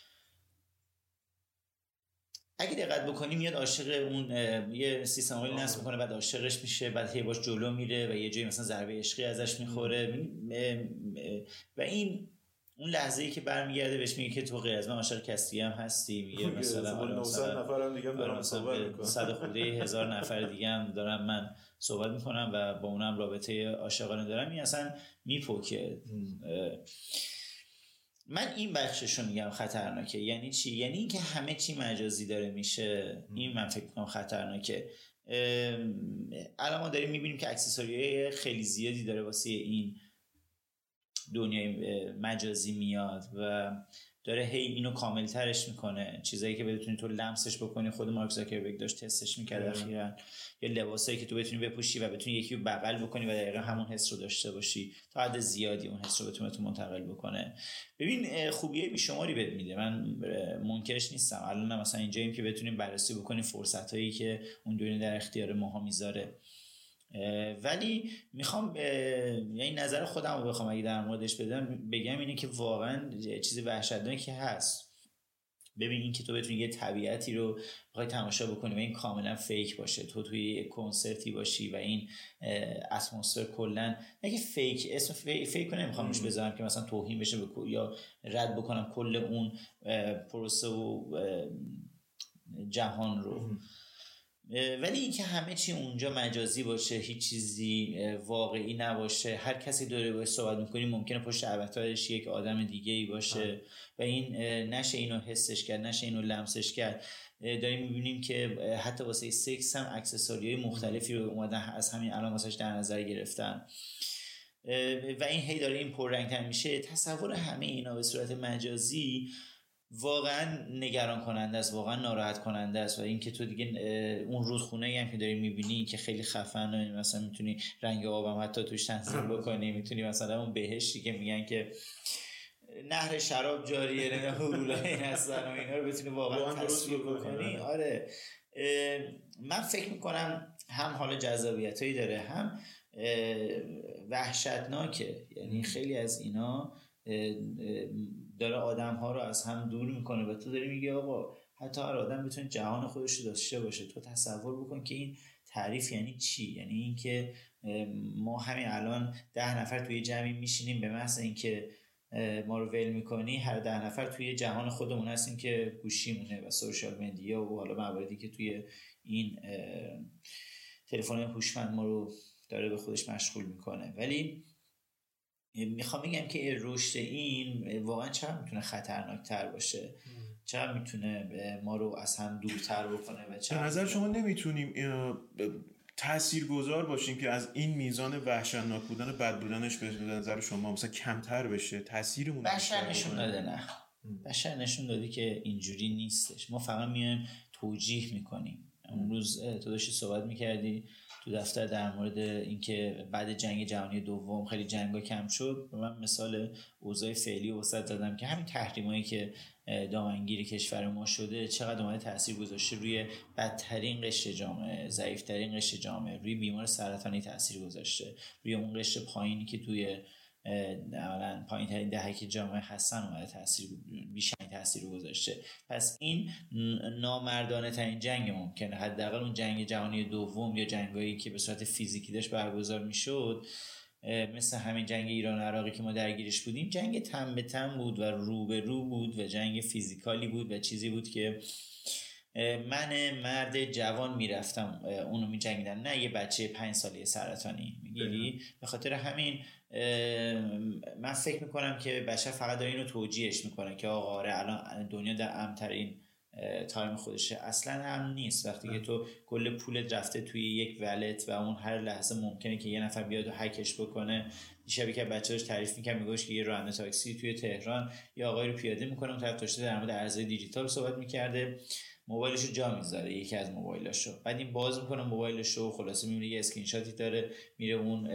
اگه دقت بکنیم میاد عاشق اون یه سیستم عاملی نصب میکنه، بعد عاشقش میشه، بعد هی باش جلو میره و یه جایی مثلا ضربه عشقی ازش میخوره و این اون لحظه‌ای که برمیگرده بهش میگه که تو غیر از من عاشق کسی هم هستی، میگه مثلا
900 نفرم دیگه دارم صحبت میکنم،
100 خورده هزار نفر دیگه هم دارم من صحبت میکنم و با اونم رابطه عاشقانه دارم. این اصلا میپوکه. من این بخششو میگم خطرناکه. یعنی چی؟ یعنی اینکه همه چی مجازی داره میشه. این من فکر میکنم خطرناکه. الان ما داریم میبینیم که اکسسوریای خیلی زیادی داره واسه این دنیای مجازی میاد و داره هی اینو کامل ترش میکنه. چیزایی که بتونی تو لمسش بکنی، خود مارک زاکربرگ داشت تستش میکرد اخیراً، یا لباسایی که تو بتونی بپوشی و بتونی یکی رو بغل بکنی و دقیقاً همون حس رو داشته باشی، تا حد زیادی اون حس رو بتونه تو منتقل بکنه. ببین خوبیه بیشماری بهت میده، من منکرش نیستم. الان مثلا اینجاییم که بتونیم بررسی بکنیم فرصتایی که اون دنیا در اختیار ماها میذاره. ولی میخوام یعنی نظر خودم رو بخوام اگه در موردش بگم اینه که واقعا چیز وحشتناکی هست. ببین این که تو بتونی یه طبیعتی رو بخوای تماشا بکنی و این کاملا فیک باشه، تو توی یه کنسرتی باشی و این اتمسفر کلا اگه فیک، اسم فیک رو نمیخوام روش بذارم که مثلا توهین بشه یا رد بکنم کل اون پروسه و جهان رو، ولی این که همه چی اونجا مجازی باشه، هیچ چیزی واقعی نباشه، هر کسی داره باید صحبت میکنی ممکنه پشت اوتارش یک آدم دیگه ای باشه و این نشه اینو حسش کرد، نشه اینو لمسش کرد. داریم میبینیم که حتی واسه سکس هم اکسسوری‌های مختلفی رو اومدن از همین الان واسش در نظر گرفتن و این هی داره این پررنگ‌تر میشه. تصور همه اینا به صورت مجازی واقعا نگران کننده است، واقعا ناراحت کننده است و اینکه تو دیگه اون رودخونه‌ای هم که داری می‌بینی که خیلی خفنه، مثلا میتونی رنگ آبم حتی توش تنظیم بکنی، میتونی مثلا اون بهشتی که میگن که نهر شراب جاریه نه هولای هستن و اینا رو بتونی واقعا تصویر بکنی. آره من فکر میکنم هم حالا جذابیتایی داره هم وحشتناکه، یعنی خیلی از اینا داره آدم ها رو از هم دور میکنه و تو داری میگی آقا حتی هر آدم بتونه جهان خودش رو داشته باشه. تو تصور بکن که این تعریف یعنی چی، یعنی این که ما همین الان 10 نفر توی جمعی میشینیم به محض اینکه ما رو ول میکنی هر 10 نفر توی جهان خودمون هستیم که گوشیمونه و سوشال مدیا و حالا مواردی که توی این تلفن هوشمند ما رو داره به خودش مشغول میکنه. ولی میخوام بگم که رشد این واقعا چقدر میتونه خطرناکتر باشه، چقدر میتونه ما رو از هم دورتر بکنه و
به نظر شما نمیتونیم تاثیرگذار باشیم که از این میزان وحشتناک بودن و بد بودنش به نظر شما مثلا کمتر بشه؟ تاثیرمون
بشر نشون داده، نه بشر نشون داده که اینجوری نیستش، ما فقط میایم توجیه میکنیم. اون روز تو داشتی صحبت میکردی تو دفتر در مورد اینکه بعد جنگ جهانی دوم خیلی جنگا کم شد. من مثال اوضاع فعلی رو وسط زدم که همین تحریمایی که دامنگیر کشور ما شده چقدر اومده تاثیر گذاشته روی بدترین قشر جامعه، ضعیف‌ترین قشر جامعه، روی بیمار سرطانی تاثیر گذاشته، روی اون قشر پایینی که توی اولا پایین ترین دهک جامعه هستن اومده بیشترین تاثیر گذاشته. پس این نامردانه ترین جنگ ممکنه، حداقل اون جنگ جهانی دوم یا جنگایی که به صورت فیزیکی داشت برگزار میشد مثل همین جنگ ایران و عراقی که ما درگیرش بودیم، جنگ تن به تن بود و رو به رو بود و جنگ فیزیکالی بود و چیزی بود که من مرد جوان میرفتم اونو میجنگیدم، نه یه بچه 5 ساله سرطانی میگیری. به خاطر همین من فکر میکنم که بشر فقط داره اینو توجیهش میکنه که آقا آره الان دنیا در امن‌ترین تایم خودشه. اصلا امن نیست وقتی که تو کل پولت رفته توی یک ولت و اون هر لحظه ممکنه که یه نفر بیاد و هکش بکنه. دیشبی که بچه‌اش تعریف می‌کرد میگوش که یه راننده تاکسی توی تهران یه آقایی رو پیاده می‌کنه، اون طرف داشته در مورد ارزهای دیجیتال صحبت می‌کرده، موبایلشو جا میذاره یکی از موبایلاشو، بعد این باز میکنه موبایلشو، خلاصه میبینه یه اسکرین شاتی داره، میره اون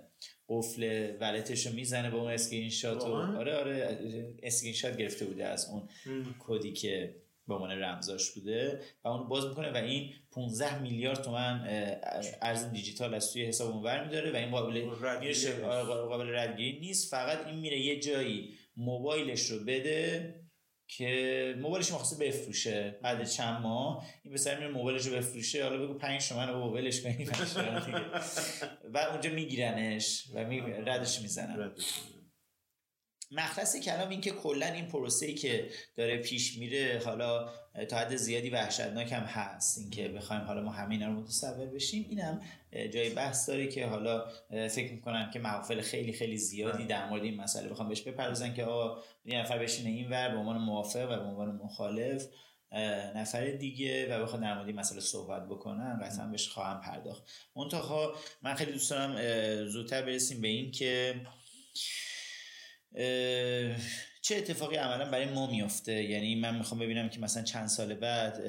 قفل ولتشو میزنه با اون اسکرین شات. آره اسکرین شات گرفته بوده از اون کدی که به عنوان رمزاش بوده و اون باز میکنه و این 15 میلیارد تومان ارز دیجیتال از توی حساب اون برمی‌داره و این قابل ردگیری نیست. فقط این میره یه جایی موبایلش رو بده که موبایلش می‌خواسته بفروشه، بعد چند ماه این پسر میره موبایلش رو بفروشه، حالا بگو 5 تومن رو موبایلش کنی دیگه و اونجا میگیرنش و ردش میزنن. مخلص کلام این که کلا این پروسه‌ای که داره پیش میره حالا تا حد زیادی وحشتناک هم هست، این که بخوایم حالا ما همه اینا رو متصور بشیم اینم جای بحث داره که حالا فکر میکنم که محافل خیلی خیلی زیادی در مورد این مسئله بخوام بهش بپردازن که آقا یه نفر بشینه این ور به عنوان موافق و به عنوان مخالف نفر دیگه و بخواد در مورد این مسئله صحبت بکنن، قطعا بهش خواهم پرداخت. منتها من خیلی دوست دارم زودتر برسیم به این که چه اتفاقی عملا برای ما میفته. یعنی من میخوام ببینم که مثلا چند سال بعد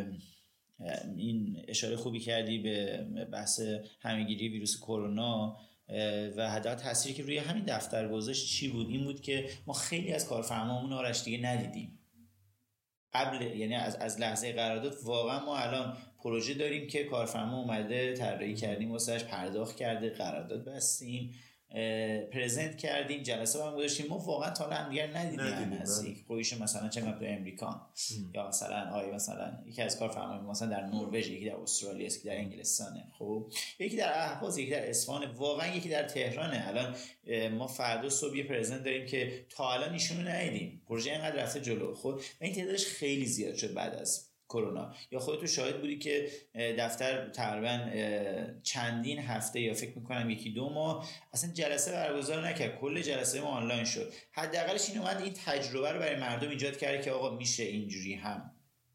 این اشاره خوبی کردی به بحث همه‌گیری ویروس کرونا و حداقل تأثیری که روی همین دفتر گذاشت چی بود. این بود که ما خیلی از کارفرمامون آرش دیگه ندیدیم قبل، یعنی از لحظه قرارداد واقعا ما الان پروژه داریم که کارفرما اومده طراحی کردیم واسش، پرداخت کرده، قرارداد بستیم، پرزنت کردیم، جلسه هم گذاشتیم. ما واقعا تا الان دیگر ندیدیم نزدیک خودش مثلا چه تو امریکا یا مثلا مثلا یکی از کارفرمایان مثلا در نروژ، یکی در استرالیا، یکی در انگلستانه، خب یکی در اهواز، یکی در اصفهان، واقعا یکی در تهرانه. الان ما فردا صبح یه پرزنت داریم که تا الان ایشونو ندیدیم، پروژه اینقدر رفته جلو. خب و این تعدادش خیلی زیاد شد بعد از کرونا. یا خودت شاهد بودی که دفتر تقریبا چندین هفته یا فکر میکنم 1-2 ماه اصلا جلسه برگزار نکرد، کل جلسه ما آنلاین شد. حداقلش این اومد این تجربه رو برای مردم ایجاد کرد که آقا میشه اینجوری هم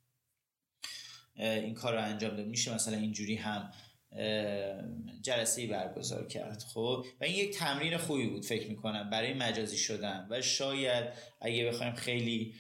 این کار رو انجام داد، میشه مثلا اینجوری هم جلسه‌ای برگزار کرد. خب و این یک تمرین خوبی بود فکر میکنم برای مجازی شدن. و شاید اگه بخوایم خیلی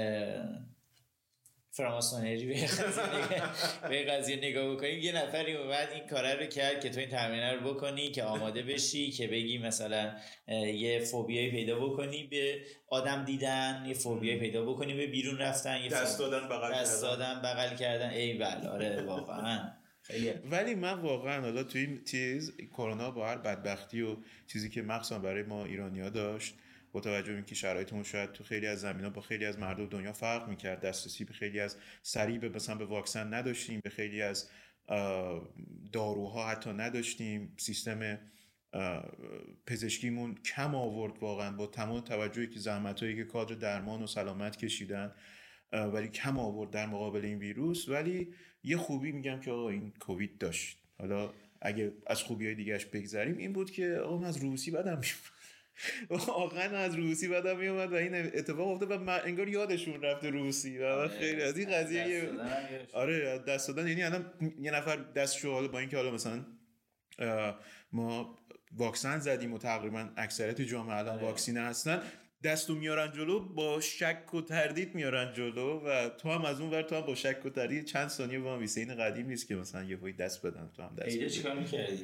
فراماسونری به قضیه نگاه بکنیم، یه نفری اومد این کاره رو کرد که تو این تمرینه رو بکنی که آماده بشی که بگی مثلا یه فوبیایی پیدا بکنی به آدم دیدن، یه فوبیایی پیدا بکنی به بیرون رفتن، یه
دست دادن
بغل کردن. ای بله آره واقعا خیلی.
ولی من واقعا حالا توی این چیز کرونا با هر بدبختی و چیزی که مخصوصا برای ما ایرانی‌ها داشت، با توجه به اینکه شرایطمون شاید تو خیلی از زمینه‌ها با خیلی از مردم دنیا فرق می‌کرد، دسترسی به خیلی از سریع مثلا به واکسن نداشتیم، به خیلی از داروها حتی نداشتیم، سیستم پزشکیمون کم آورد واقعا با تمام توجهی که زحمتایی که کادر درمان و سلامت کشیدن، ولی کم آورد در مقابل این ویروس. ولی یه خوبی میگم که آقا این کووید داشت، حالا اگه از خوبی‌های دیگه‌اش بگذریم، این بود که آقا من از روسی بدم واقعا از روسی بدم میومد و این اتفاق افتاد و انگار یادشون رفته روسی و خیلی از این قضیه آره دست دادن. یعنی الان یه نفر دستشو حالا با اینکه حالا مثلا ما واکسن زدیم و تقریبا اکثریت جامعه الان واکسینه هستن، دستو میارن جلو با شک و تردید میارن جلو و تو هم از اون ور تو هم با شک و تردید چند ثانیه با هم این قدیم نیست که مثلا یه وای دست بدن تو هم دست
ایده چیکار می‌کردی؟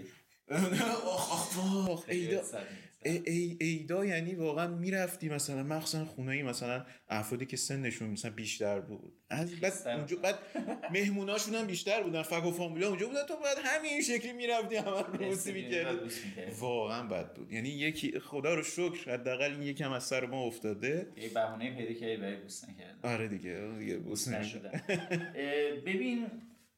آخ ایدا یعنی واقعا میرفتی مثلا مخصوصا خونه‌ای مثلا افرادی که سنشون مثلا بیشتر بود، بعد مهموناشون هم بیشتر بودن، فک و فامیلا اونجا بودن، تو بعد همین شکلی میرفتی همه رو بوسی می‌کردی. واقعا بد بود. یعنی یکی خدا رو شکر حداقل این یکم از سر ما افتاده،
یه بهونه پیدا کردی برای بوس نکردن.
آره دیگه بوس نشدن.
ببین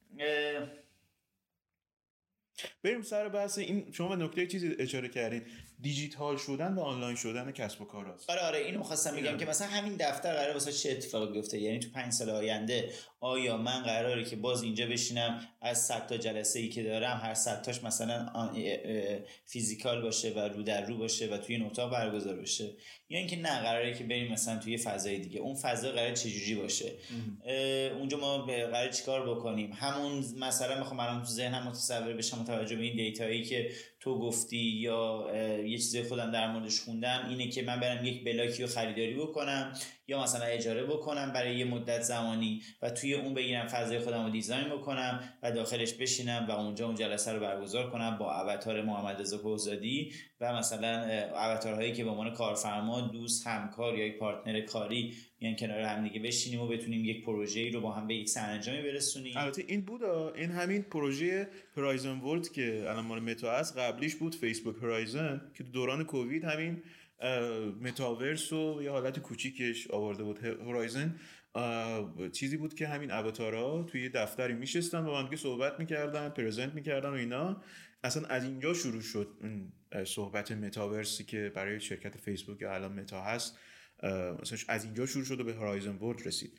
بریم سر بحث این. شما به نکته چیزی اشاره کردین، دیجیتال شدن و آنلاین شدن کسب و کار است.
آره اینو می‌خواستم بگم که مثلا همین دفتر قراره واسه چه اتفاقی بیفته. یعنی تو 5 سال آینده آیا من قراره که باز اینجا بشینم از 100 تا جلسه‌ای که دارم هر 100 تاش مثلا فیزیکال باشه و رو در رو باشه و توی این اتاق برگزار بشه، یا اینکه نه قراره که بریم مثلا توی فضای دیگه؟ اون فضا قراره چجوری باشه؟ اونجا ما قراره چیکار بکنیم؟ همون مثلا میخوام الان تو ذهنم متصور بشم متوجه به این دیتایی که تو گفتی یا یه چیزی خودم در موردش خوندم، اینه که من برم یک بلاکی رو خریداری بکنم یا مثلا اجاره بکنم برای یه مدت زمانی و توی اون بگیرم فضای خودم رو دیزاین بکنم و داخلش بشینم و اونجا اون جلسه رو برگزار کنم با اوتار محمد رضا کوزادی و مثلا اوتارهایی که به عنوان کارفرما، دوست، همکار یا یک پارتنر کاری میان کنار هم دیگه بشینیم و بتونیم یک پروژه‌ای رو با هم به یک سرانجامی برسونیم.
البته این بود، این همین پروژه هورایزن ورلد که الان مال متا است، قبلیش بود فیسبوک هورایزن که دوران کووید همین متاورس و یه حالت کوچیکش آورده بود. هورایزن چیزی بود که همین اواتارها توی دفتری میشستن و با هم صحبت میکردن، پرزنت میکردن و اینا. اصلا از اینجا شروع شد صحبت متاورسی که برای شرکت فیسبوک الان متا هست، مثلا از اینجا شروع شد و به هورایزن ورلد رسید.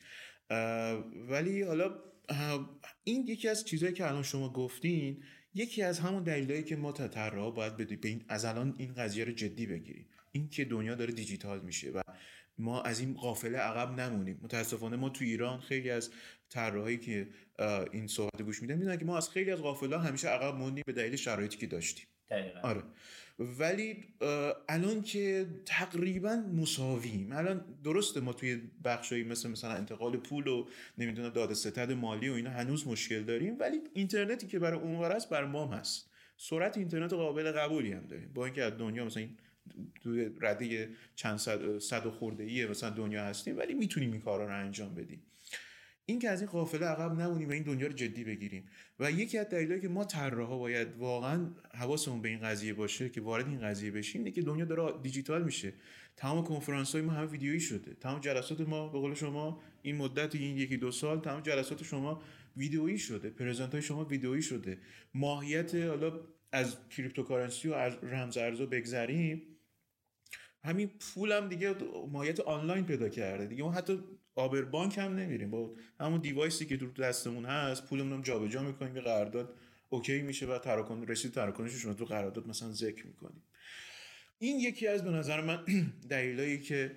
ولی حالا این یکی از چیزایی که الان شما گفتین، یکی از همون دلایلی که ما طراحا باید به این از الان این قضیه رو جدی بگیریم، این که دنیا داره دیجیتال میشه و ما از این قافله عقب نمونیم. متاسفانه ما تو ایران خیلی از طراحایی که این صحبت گوش میدن میدونن که ما از خیلی از قافله‌ها همیشه عقب موندیم به دلیل شرایطی که داشتیم.
دقیقاً.
آره. ولی الان که تقریبا مساویم، الان درسته ما توی بخشایی مثلا انتقال پول و نمیدونم داده ستد مالی و اینا هنوز مشکل داریم، ولی اینترنتی که برای اونور است برای ما هست. سرعت اینترنت قابل قبولی هم داریم، با اینکه از دنیا مثلا توی رده چند صد و خورده‌ای مثلا دنیا هستیم، ولی میتونیم این کارا رو انجام بدیم. این که از این قافله عقب نمونیم و این دنیا رو جدی بگیریم. و یکی از دلایلی که ما طراحا باید واقعا حواسمون به این قضیه باشه که وارد این قضیه بشیم اینه که دنیا داره دیجیتال میشه. تمام کنفرانس‌های ما همه ویدیویی شده، تمام جلسات ما به قول شما این مدت این یکی دو سال تمام جلسات شما ویدیویی شده، پرزنت‌های شما ویدیویی شده. ماهیت حالا از کریپتوکارنسی و از رمز ارزها بگذریم، همین پول هم دیگه ماهیت آنلاین پیدا کرده دیگه. ما حتی آبر بانک هم نمیریم، با همون دیوایسی که دور دستمون هست پولمون رو جابجا میکنیم، یه قرارداد اوکی میشه و رسید تراکنشش رو تو قرارداد مثلا ذکر میکنیم. این یکی از به نظر من دلایلی که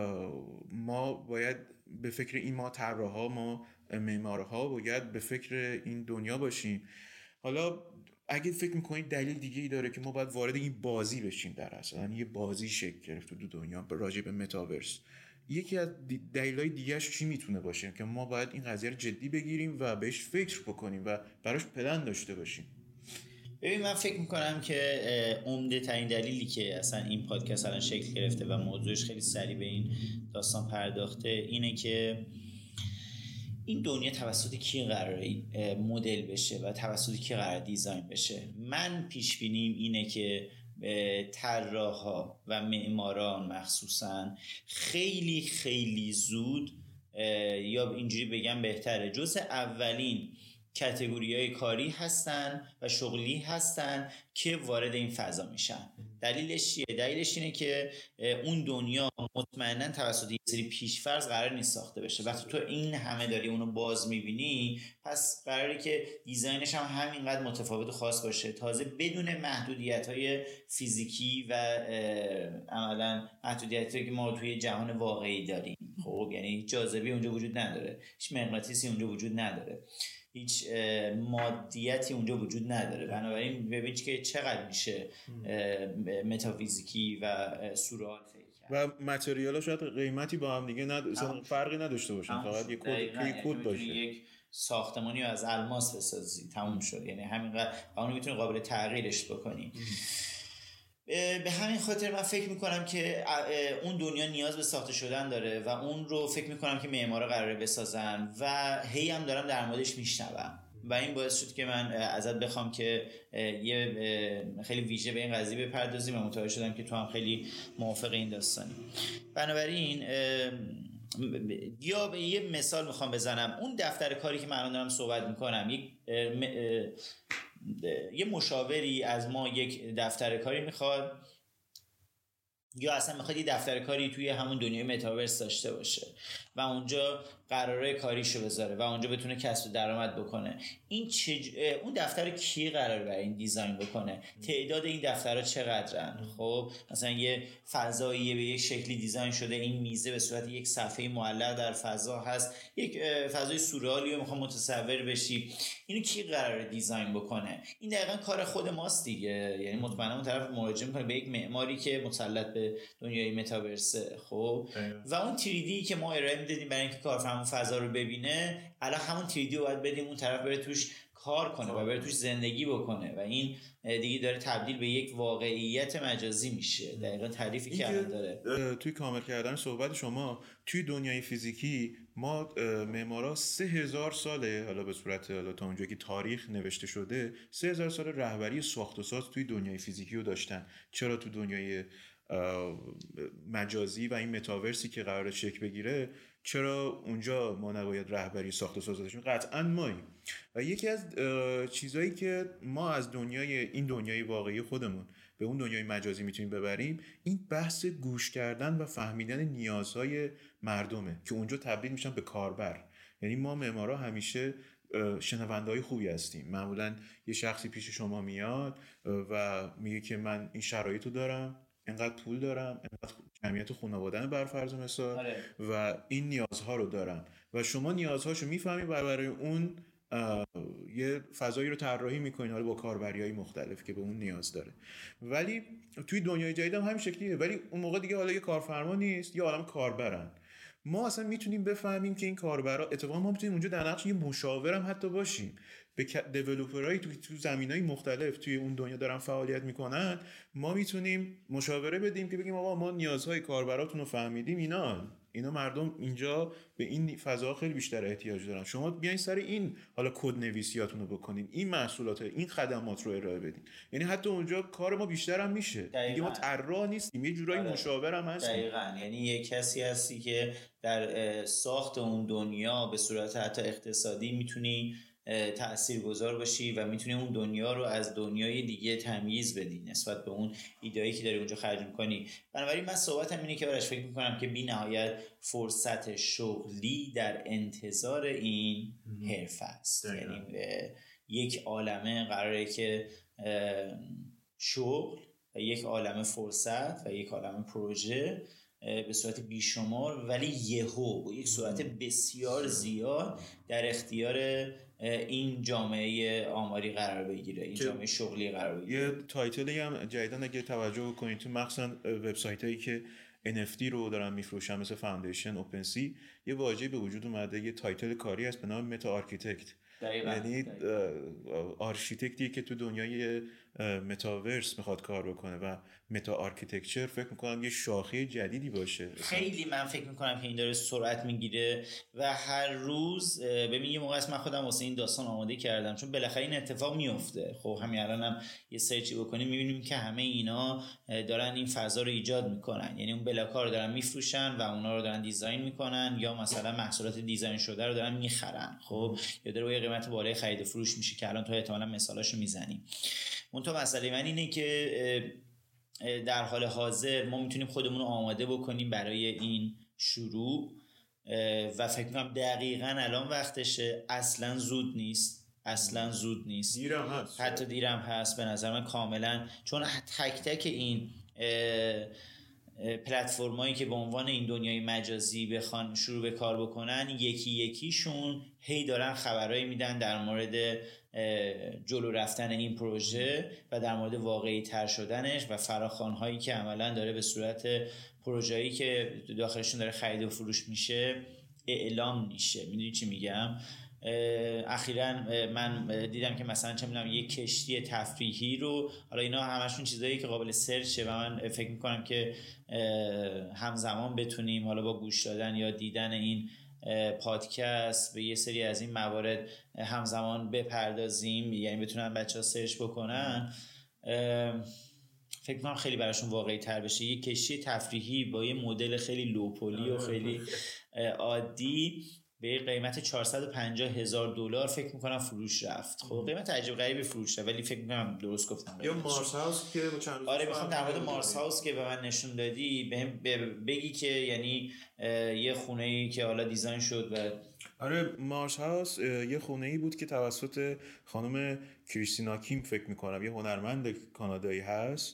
ما باید به فکر این، ما طراحا، ما معمارها باید به فکر این دنیا باشیم. حالا اگه فکر میکنید دلیل دیگه ای داره که ما باید وارد این بازی بشیم، در اصل یعنی یه بازی شکل گرفته تو دنیا راجع به متاورس، یکی از دلایل دیگه‌اش چی میتونه باشه که ما باید این قضیه رو جدی بگیریم و بهش فکر بکنیم و براش پلن داشته باشیم؟
ببین من فکر میکنم که عمده ترین دلیلی که اصلا این پادکست الان شکل گرفته و موضوعش خیلی سریع به این داستان پرداخته اینه که این دنیا توسط کی قراره مدل بشه و توسط کی قراره دیزاین بشه. من پیش بینیم اینه که طراحا و معماران مخصوصا خیلی خیلی زود، یا اینجوری بگم بهتره، جزء اولین کاتگوری‌های کاری هستن و شغلی هستن که وارد این فضا میشن. دلیلش چیه؟ دلیلش اینه که اون دنیا مطمئناً توسط یه سری پیش‌فرض قرار نیست ساخته بشه. وقتی تو این همه داری اونو باز می‌بینی، پس قراره که دیزاینش هم همینقدر متفاوت و خاص باشه، تازه بدون محدودیت‌های فیزیکی و عملاً محدودیتایی که ما توی جهان واقعی داریم. خب یعنی جاذبه اونجا وجود نداره، هیچ مغناطیسی اونجا وجود نداره، هیچ مادیتی اونجا وجود نداره. بنابراین ببین که چقدر میشه متافیزیکی و سورئال
و متریالا شاید قیمتی با هم دیگه فرقی نداشته باشن، فقط یک کد باشه.
یک ساختمانی از الماس بسازی تموم شد، یعنی همینقدر اونو میتونی قابل تغییرش بکنی. به همین خاطر من فکر میکنم که اون دنیا نیاز به ساخته شدن داره و اون رو فکر میکنم که معمارا قراره بسازن و هی هم دارم در موردش میشنوم و این باعث شد که من ازت بخوام که یه خیلی ویژه به این قضیه بپردازیم و متوجه شدم که تو هم خیلی موافق این داستانی. بنابراین یا یه مثال میخوام بزنم. اون دفتر کاری که من الان دارم صحبت میکنم، یه مشاوری از ما یک دفتر کاری میخواد یا اصلا میخواد یه دفتر کاری توی همون دنیای متاورس داشته باشه و اونجا قراره کاریشو بذاره و اونجا بتونه کسب درآمد بکنه. این اون دفتر کی قراره برای این دیزاین بکنه؟ تعداد این دفترها چقدرن؟ خب مثلا یه فضایی به یک شکلی دیزاین شده، این میزه به صورت یک صفحه معلق در فضا هست، یک فضای سورئالی رو میخوام متصور بشی، اینو کی قراره دیزاین بکنه؟ این دقیقاً کار خود ماست دیگه. یعنی مطمئنا اون طرف مراجعه میکنه به یک معماری که مسلط به دنیای متاورسه. خب و اون 3D که ما ارائه میدادیم برای اینکه کارفرما فضا رو ببینه، الان همون 3D رو باید بدیم اون طرف بره توش کار کنه و بره توش زندگی بکنه و این دیگه داره تبدیل به یک واقعیت مجازی میشه. دقیقاً تعریفی که الان داره.
توی کامل کردن صحبت شما، توی دنیای فیزیکی ما معمارا 3000 ساله، حالا به صورت حالا تا اونجایی که تاریخ نوشته شده 3000 سال رهبری ساخت و ساز توی دنیای فیزیکی رو داشتن. چرا تو دنیای مجازی و این متاورسی که قراره شکل بگیره، چرا اونجا ما نباید رهبری ساخت و ساز داشتیم؟ قطعاً ماییم. و یکی از چیزایی که ما از این دنیای واقعی خودمون به اون دنیای مجازی میتونیم ببریم، این بحث گوش کردن و فهمیدن نیازهای مردمه که اونجا تبدیل میشن به کاربر. یعنی ما معمارا همیشه شنونده‌های خوبی هستیم. معمولاً یه شخصی پیش شما میاد و میگه که من این شرایطو دارم، اینقدر پول دارم، اینقدر جمعیت خانواده‌ام بر فرض مثال و این نیازها رو دارم و شما نیازهاشو میفهمی و برای اون یه فضایی رو طراحی میکنین، حالا با کاربریای مختلف که به اون نیاز داره. ولی توی دنیای جدید هم همین شکلیه، ولی اون موقع دیگه حالا یه کارفرما نیست، یه عالم کاربرن. ما اصلا میتونیم بفهمیم که این کاربرا، اتفاقا ما میتونیم اونجا در نقش یه مشاورم حتی باشیم، به دیولپرای تو زمینهای مختلف توی اون دنیا دارن فعالیت میکنن، ما میتونیم مشاوره بدیم که بگیم آقا ما نیازهای کاربراتون رو فهمیدیم، اینا مردم اینجا به این فضا خیلی بیشتر احتیاج دارن، شما بیاین سر این حالا کد نویسیاتون رو بکنین، این محصولات این خدمات رو ارائه بدین. یعنی حتی اونجا کار ما بیشتر هم میشه دیگه، ما طراح نیستیم، یه جورایی مشاور هم هستیم.
دقیقاً، یعنی یه کسی هستی که در ساخت اون دنیا به صورت حتی اقتصادی میتونی تاثیرگذار باشی و میتونی اون دنیا رو از دنیای دیگه تمییز بدی نسبت به اون ایده‌ای که داری اونجا خرج می‌کنی. بنابراین من صحبتم اینه که براش فکر می‌کنم که بی‌نهایت فرصت شغلی در انتظار این حرفه است. یعنی یک عالمه قراره که شغل و یک عالمه فرصت و یک عالمه پروژه به صورت بیشمار ولی یهو با یک سرعت بسیار زیاد در اختیار این جامعه آماری قرار بگیره، این جامعه شغلی قرار بگیره.
یه تایتلی هم جدیدن اگه توجه کنید تو مخصوصا وبسایتایی که NFT رو دارن میفروشن مثل فاندیشن، اوپنسی، یه واژه‌ای به وجود اومده، یه تایتل کاری هست به نام متا آرکیتکت. یعنی آرشیتکتی که تو دنیای متاورس میخواد کار بکنه و متا آرکیتکچر فکر میکنم یه شاخه جدیدی باشه.
خیلی من فکر میکنم که این داره سرعت میگیره و هر روز ببین یه موقع است من خودم واسه این داستان آماده کردم چون بالاخره این اتفاق میفته. خب همین الانم یه سرچی بکنیم میبینیم که همه اینا دارن این فضا رو ایجاد میکنن، یعنی اون بلاک‌ها رو دارن میفروشن و اونا رو دارن دیزاین میکنن یا مثلا محصولات دیزاین شده رو دارن میخرن. خب یا داره قیمت بالای خرید و فروش میشه که الان تو احتمالاً مثالاشو میزنی. اون تو مسئله من اینه که در حال حاضر ما میتونیم خودمون رو آماده بکنیم برای این شروع و فکر میکنم دقیقاً الان وقتشه. اصلا زود نیست،
دیرم هست،
حتی دیرم هست به نظر من کاملا، چون تک تک این پلتفرمایی که به عنوان این دنیای مجازی بخوان شروع به کار بکنن یکی یکیشون هی دارن خبرایی میدن در مورد جلو رفتن این پروژه و در مورد واقعی تر شدنش و فراخوان‌هایی که عملا داره به صورت پروژه‌ای که داخلشون داره خرید و فروش میشه اعلام میشه. میدونی چی میگم؟ اخیراً من دیدم که مثلا چه میدونم یک کشتی تفریحی رو، حالا اینا همشون چیزایی که قابل سرچه و من فکر میکنم که همزمان بتونیم حالا با گوش دادن یا دیدن این پادکست به یه سری از این موارد همزمان بپردازیم، یعنی بتونن بچه‌ها سرچ بکنن، فکر میکنم خیلی براشون واقعی تر بشه. یک کشتی تفریحی با یه مدل خیلی لوپولی و خیلی عادی به قیمت $450,000 فکر میکنم فروش رفت. خب قیمت عجیب غریبی فروش رفت ولی فکر میکنم درست گفتم.
یا مارس هاوس که چند روز
میخوام در مورد مارس هاوس که به من نشون دادی بگی که یعنی یه خونه‌ای که حالا دیزاین شد و
مارس هاوس یه خونه‌ای بود که توسط خانم کریستینا کیم فکر میکنم یه هنرمند کانادایی هست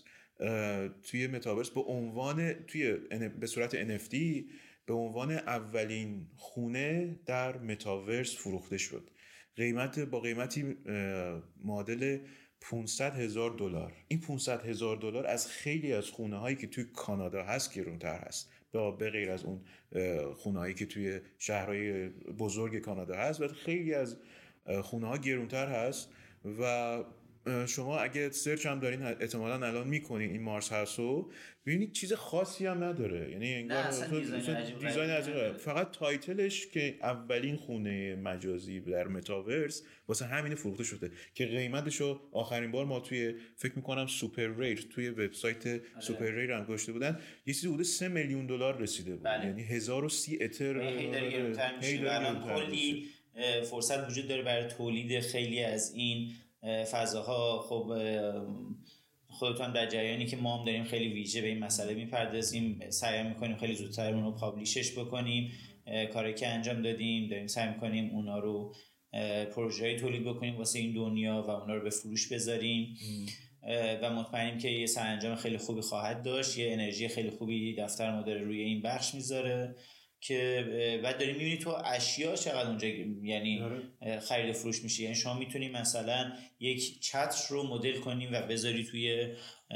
توی متاورس به عنوان به صورت NFT به عنوان اولین خونه در متاورس فروخته شد. با قیمتی معادل $500,000. این $500,000 از خیلی از خونه هایی که توی کانادا هست گرونتر هست، به غیر از اون خونه هایی که توی شهرهای بزرگ کانادا هست و خیلی از خونه ها گرونتر هست. و شما اگه سرچ هم دارین احتمالاً الان میکنین این مارس هاوسو ببینید چیز خاصی هم نداره، یعنی انگار دیزاین عجیبه، فقط تایتلش که اولین خونه مجازی در متاورس واسه همین فروخته شده که قیمتشو آخرین بار ما توی فکر میکنم سوپر ریر توی وبسایت سوپر ریر هم گذاشته بودن یه چیزی حدود $3 میلیون رسیده بود. یعنی 1030 اتر
الان کلی فرصت وجود داره برای تولید خیلی از این فضاها. خب خودتون در جریانی که ما هم داریم خیلی ویژه به این مسئله میپردازیم، سعی میکنیم خیلی زودتر اون رو پابلیشش بکنیم. کاری که انجام داریم سعی میکنیم اونا رو پروژه‌ای تولید بکنیم واسه این دنیا و اونا رو به فروش بذاریم و مطمئنیم که یه سرانجام خیلی خوبی خواهد داشت. یه انرژی خیلی خوبی دفتر ما داره روی این بخش میذاره که بعد داریم میبینی تو اشیا چقدر اونجا یعنی خرید و فروش میشه. یعنی شما میتونی مثلا یک چتر رو مدل کنیم و بذاری توی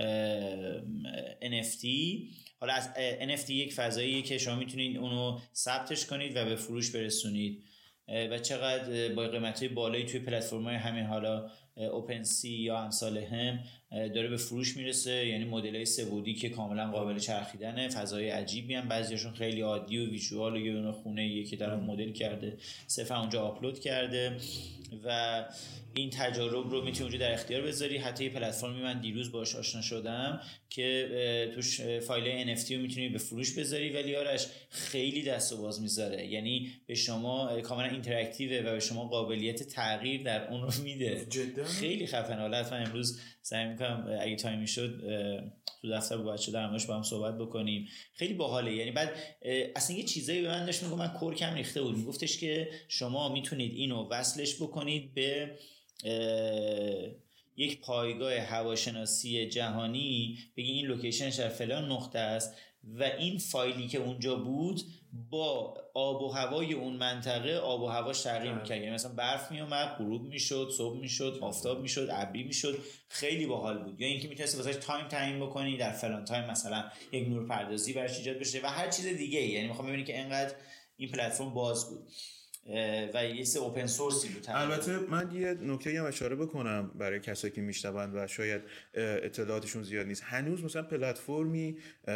NFT. حالا از NFT یک فضاییه که شما میتونید اونو ثبتش کنید و به فروش برسونید و چقدر با قیمت‌های بالایی توی پلتفرم‌های همین حالا اوپن سی یا امثال هم داره به فروش میرسه. یعنی مدل‌های سه‌بعدی که کاملا قابل چرخیدنه، فضای عجیبی هم، بعضیاشون خیلی عادی و ویژوال و یه دونه خونه که طرف مدل کرده صرفا اونجا آپلود کرده و این تجارب رو میتونی اونجا در اختیار بذاری. حتی یه پلتفرمی من دیروز باهاش آشنا شدم که توش فایل NFT رو میتونی به فروش بذاری ولی آرش خیلی دست و باز میذاره، یعنی به شما کاملا اینتراکتیوه و به شما قابلیت تغییر در اون رو میده.
جدا
خیلی خفنه. حالا من امروز سعی میکنم اگه تایمی شد تو دفتر با بچه در موردش با هم صحبت بکنیم. خیلی باحاله. یعنی بعد اصلا یه چیزایی به من داشت میگم، من کورکم ریخته بود، میگفتش که شما میتونید اینو وصلش بکنید به یک پایگاه هواشناسی جهانی، بگی این لوکیشنش در فلان نقطه است و این فایلی که اونجا بود با آب و هوای اون منطقه آب و هواش تغییر می‌کرد. یعنی مثلا برف میومد، غروب میشد، صبح میشد، آفتاب میشد، ابری میشد. خیلی باحال بود. یا اینکه میتونستی واسش تایم تعیین بکنی، در فلان تایم مثلا یک نورپردازی براش ایجاد بشه و هر چیز دیگه. یعنی میخوام ببینی که اینقدر این پلتفرم باز بود و یه سه اوپن سورسی بود.
البته من یه نکته هم اشاره بکنم برای کسایی که میشنون و شاید اطلاعاتشون زیاد نیست. هنوز مثلا پلتفرمی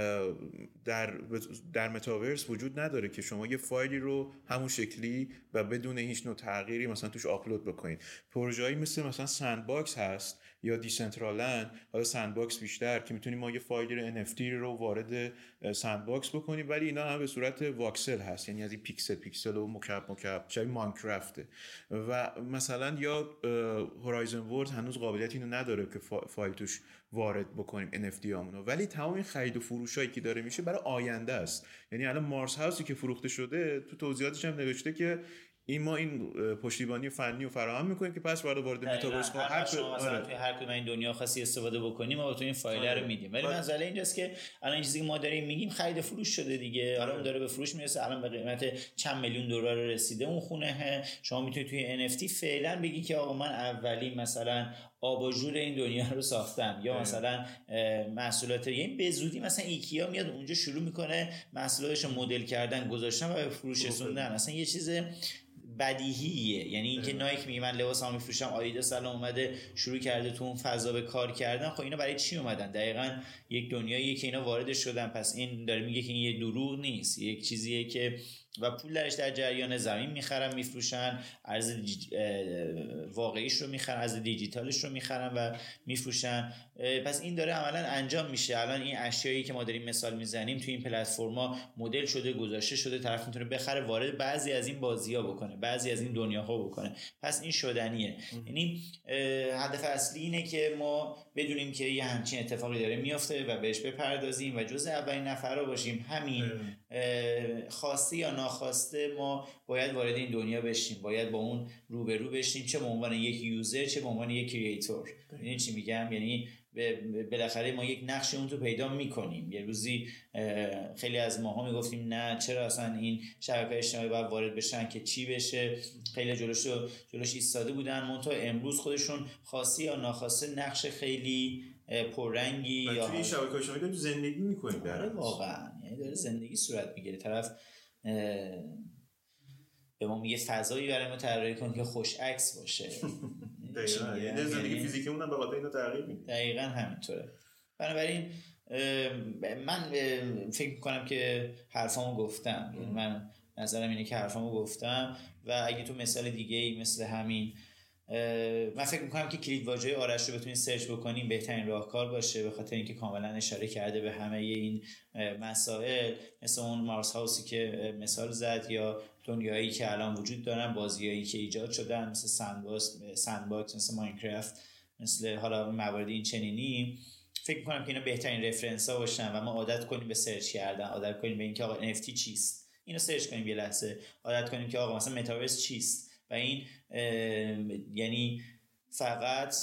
در متاورس وجود نداره که شما یه فایلی رو همون شکلی و بدون هیچ نوع تغییری مثلا توش آپلود بکنید. پروژه‌ای مثلا سندباکس هست یا دیسنترالند، حالا سندباکس بیشتر، که میتونیم ما یه فایل NFT رو وارد سندباکس بکنیم ولی اینا هم به صورت واکسل هست، یعنی از این پیکسل و مکعب شبیه ماینکرافته. و مثلا یا هورایزن ورلد هنوز قابلیت اینو نداره که فایل توش وارد بکنیم NFT هامونو، ولی تمام این خرید و فروشایی که داره میشه برای آینده است. یعنی الان مارس هاوسی که فروخته شده تو توضیحاتش هم نوشته که ما این پشتیبانی فنی رو فراهم میکنیم که پس وارد متاورس
توی هر کدوم این دنیا خاصی استفاده بکنیم ما تو این فایل رو میدیم. ولی مسئله اینجاست که الان این چیزی که ما داریم میگیم خرید فروش شده دیگه. حالا اون داره به فروش میرسه، الان به قیمت چند میلیون دلار رسیده اون خونه. شما میتونید توی NFT فعلا بگی که آقا من اولین مثلا آباژور این دنیا رو ساختم، یا مثلا محصولات، یعنی به زودی مثلا ایکیا میاد اونجا شروع میکنه محصولاتش رو مدل کردن گذاشتن و به فروش رسوندن. اصلا یه چیز بدیهیه. یعنی اینکه نایک میگه من لباسامو میفروشم، آدیداس الان اومده شروع کرده تو اون فضا به کار کردن. خب اینا برای چی اومدن؟ دقیقاً یک دنیاییه که اینا وارد شدن. پس این داره میگه که این یه دروغ نیست، یک چیزیه که و پول درش در جریان. زمین میخرن میفروشن، ارز واقعیش رو میخرن، ارز دیجیتالش رو میخرن و میفروشن. پس این داره عملا انجام میشه. الان این اشیایی که ما داریم مثال میزنیم توی این پلتفرما مدل شده، گذاشته شده، طرف میتونه بخره، وارد بعضی از این بازی‌ها بکنه، بعضی از این دنیاها بکنه. پس این شدنیه. یعنی هدف اصلی اینه که ما بدونیم که یه همچین اتفاقی داره میفته و بهش بپردازیم و جزء اولین نفرا باشیم. همین خواسته یا ناخواسته ما باید وارد این دنیا بشیم، باید با اون روبرو بشیم، چه به عنوان یک یوزر چه به عنوان یک کریئتور. یعنی چی میگم؟ یعنی بالاخره ما یک نقش اون تو پیدا میکنیم. یه روزی خیلی از ماها میگفتیم نه چرا اصلا این شبکه‌های اجتماعی باید وارد بشن که چی بشه، خیلی جلوش ایستاده بودن. منتها امروز خودشون خواسته یا ناخواسته نقش خیلی پررنگی یا
توی شبکه‌های اجتماعی داریم زندگی میکنیم.
در واقعا یعنی داره زندگی صورت میگیره. طرف به ما میگه فضایی برای ما طراحی کن که خوش عکس باشه.
یعنی زندگی فیزیکیمون هم به خاطر اینا تغییر می‌کنه.
دقیقاً همینطوره. بنابراین من فکر می‌کنم که حرفامو گفتم. یعنی من نظرم اینه که حرفامو گفتم و اگه تو مثال دیگه‌ای مثل همین من فکر میکنم که کلید واژه آرش رو بتونید سرچ بکنیم بهترین راهکار باشه، به خاطر اینکه کاملا اشاره کرده به همه این مسائل، مثل اون مارس هاوسی که مثال زد یا دنیایی که الان وجود دارن، بازیایی که ایجاد شدن مثل سندباکس، مثل ماینکرافت، مثل حالا موارد این چنینی. فکر میکنم که اینا بهترین رفرنس ها باشن و ما عادت کنیم به سرچ کردن، عادت کنیم به اینکه آقا NFT چیست، اینو سرچ کنیم یه لحظه، عادت کنیم که آقا مثلا متاورس چیست و این یعنی فقط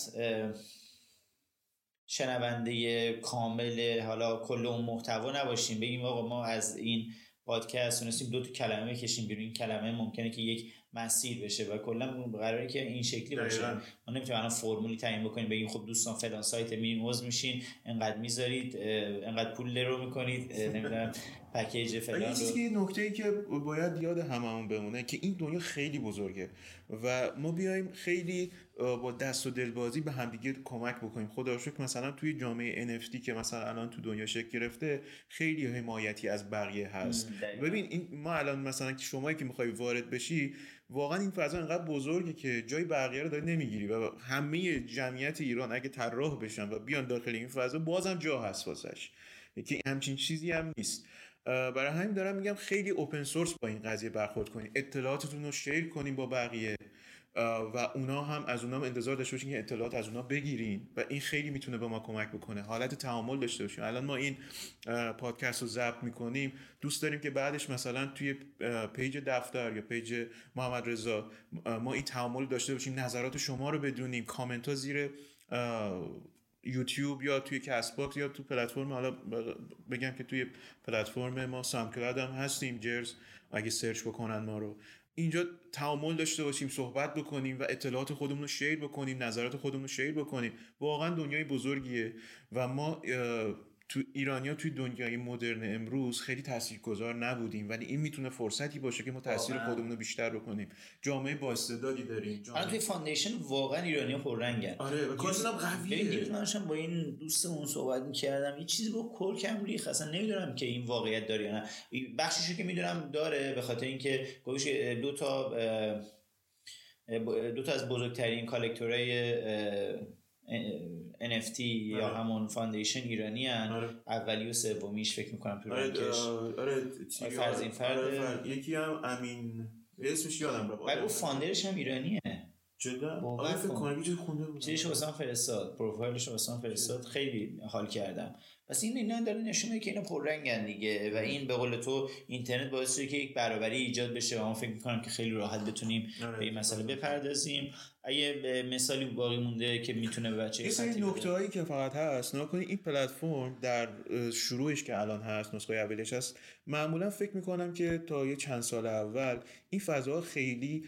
شنونده کامل حالا کل اون محتوا نباشیم، بگیم آقا ما از این پادکست تونستیم 2 تا کلمه بکشیم بیرون. این کلمه ممکنه که یک مسیر بشه و کلا قراره که این شکلی باشه. ما نمیتونیم الان فرمولی تعیین بکنیم بگیم خب دوستان فلان سایت میرین عضو میشین، انقدر میذارید، انقدر پول رو میکنید، نمیدونم پکیج فلان رو.
چیزی که نکته‌ای که باید یاد هممون بمونه که این دنیا خیلی بزرگه و ما بیایم خیلی با دست و دلبازی به همدیگه کمک بکنیم. خدا رو شکر مثلا توی جامعه NFT که مثلا الان تو دنیا شکل گرفته خیلی حمایتی از بقیه هست. ببین این ما الان مثلا که شمایی که میخوای وارد بشی واقعا این فضا انقدر بزرگه که جای بقیه رو داری نمیگیری و همه جمعیت ایران اگه طراح بشن و بیان داخل این فضا بازم جا هست واسش، که همچین چیزی هم نیست. برای همین دارم میگم خیلی اوپن سورس با این قضیه برخورد کنین، اطلاعاتتون رو شیر کنین با بقیه و اونا هم از اونا انتظار داشته باشین که اطلاعات از اونا بگیرین و این خیلی میتونه به ما کمک بکنه. حالت تعامل داشته باشیم. الان ما این پادکست رو ضبط میکنیم، دوست داریم که بعدش مثلا توی پیج دفتر یا پیج محمد رضا ما این تعامل داشته باشیم، نظرات شما رو بدونیم، کامنت ها زیر یوتیوب یا توی کست باکس یا تو پلتفرم، حالا بگم که توی پلتفرم ما ساوندکلاود هم هستیم، جرز، اگه سرچ بکنن ما رو، اینجا تعامل داشته باشیم، صحبت بکنیم و اطلاعات خودمون رو شیر بکنیم، نظرات خودمون رو شیر بکنیم. واقعا دنیای بزرگیه و ما تو ایرانیا توی دنیای مدرن امروز خیلی تاثیرگذار نبودیم، ولی این میتونه فرصتی باشه که ما تاثیر خودمون رو بیشتر بکنیم. جامعه با استعدادی داریم.
الان توی فاندیشن واقعا ایرانی‌ها پررنگن.
آره و کارشون هم قویه.
ببین من با این دوستمون صحبت می‌کردم، یه چیزی گفت کرکم ریخ، اصلا نمیدونم که این واقعیت داره یا نه. بخشیشو که میدونم داره، به خاطر اینکه گوش دو تا از بزرگترین کالکتورهای NFT یا همون فاندیشن ایرانی هن. اولی و سومیش فکر میکنم تو رنکش. فرزین فرد
یکی هم امین اسمش یادم رفت.
ولی فاندرش هم ایرانیه.
جدا؟ فکر کنم چیزی خونده بودم.
چیزش واسم فرستاد، پروفایلش واسم فرستاد، خیلی حال کردم. پس اینا داره نشون میده که اینا پررنگن دیگه و این به قول تو اینترنت باعث شده که یک برابری ایجاد بشه و من فکر می‌کنم که خیلی راحت بتونیم به این مسئله بپردازیم. اگه مثالی باقی مونده که میتونه به بچه‌ها
یه سری نکته‌هایی که فقط هست نکنید، این پلتفرم در شروعش که الان هست، نسخه اولش هست، معمولا فکر می‌کنم که تا یه چند سال اول این فضاها خیلی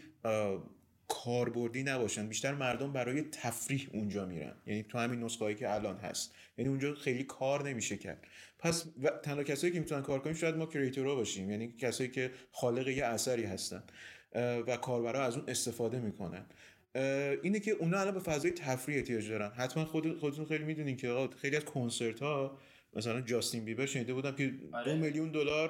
کاربردی نباشن، بیشتر مردم برای تفریح اونجا میرن، یعنی تو همین نسخه‌ای که الان هست، یعنی اونجا خیلی کار نمیشه کرد. پس تنها کسایی که میتونن کار کنن شاید ما کریئتورها باشیم، یعنی کسایی که خالق یه اثری هستن و کاربرا از اون استفاده میکنن. اینه که اونا الان به فضای تفریح احتیاج دارن. حتما خودتون خیلی میدونین که خیلی از کنسرت ها، مثلا جاستین بیبر شنیده بودم که $2 میلیون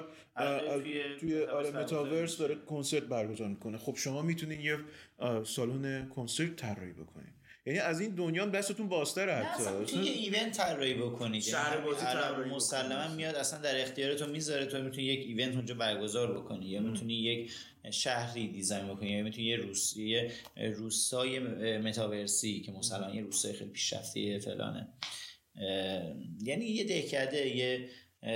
توی متاورس داره کنسرت برگزار میکنه. خب شما میتونین یه سالن کنسرت طراحی بکنین، یعنی از این دنیا دستتون بازتره. حتی
میتونی یه ایونت طراحی بکنی، یعنی مسلما میاد اصلا در اختیار تو میذاره، تو میتونی یک ایونت اونجا برگزار بکنی یا میتونی یک شهری دیزاین بکنی یا میتونی یه روستای متاورسی که مثلا یه روستای خیلی پیشرفته فلانه، یعنی یه دهکده، یه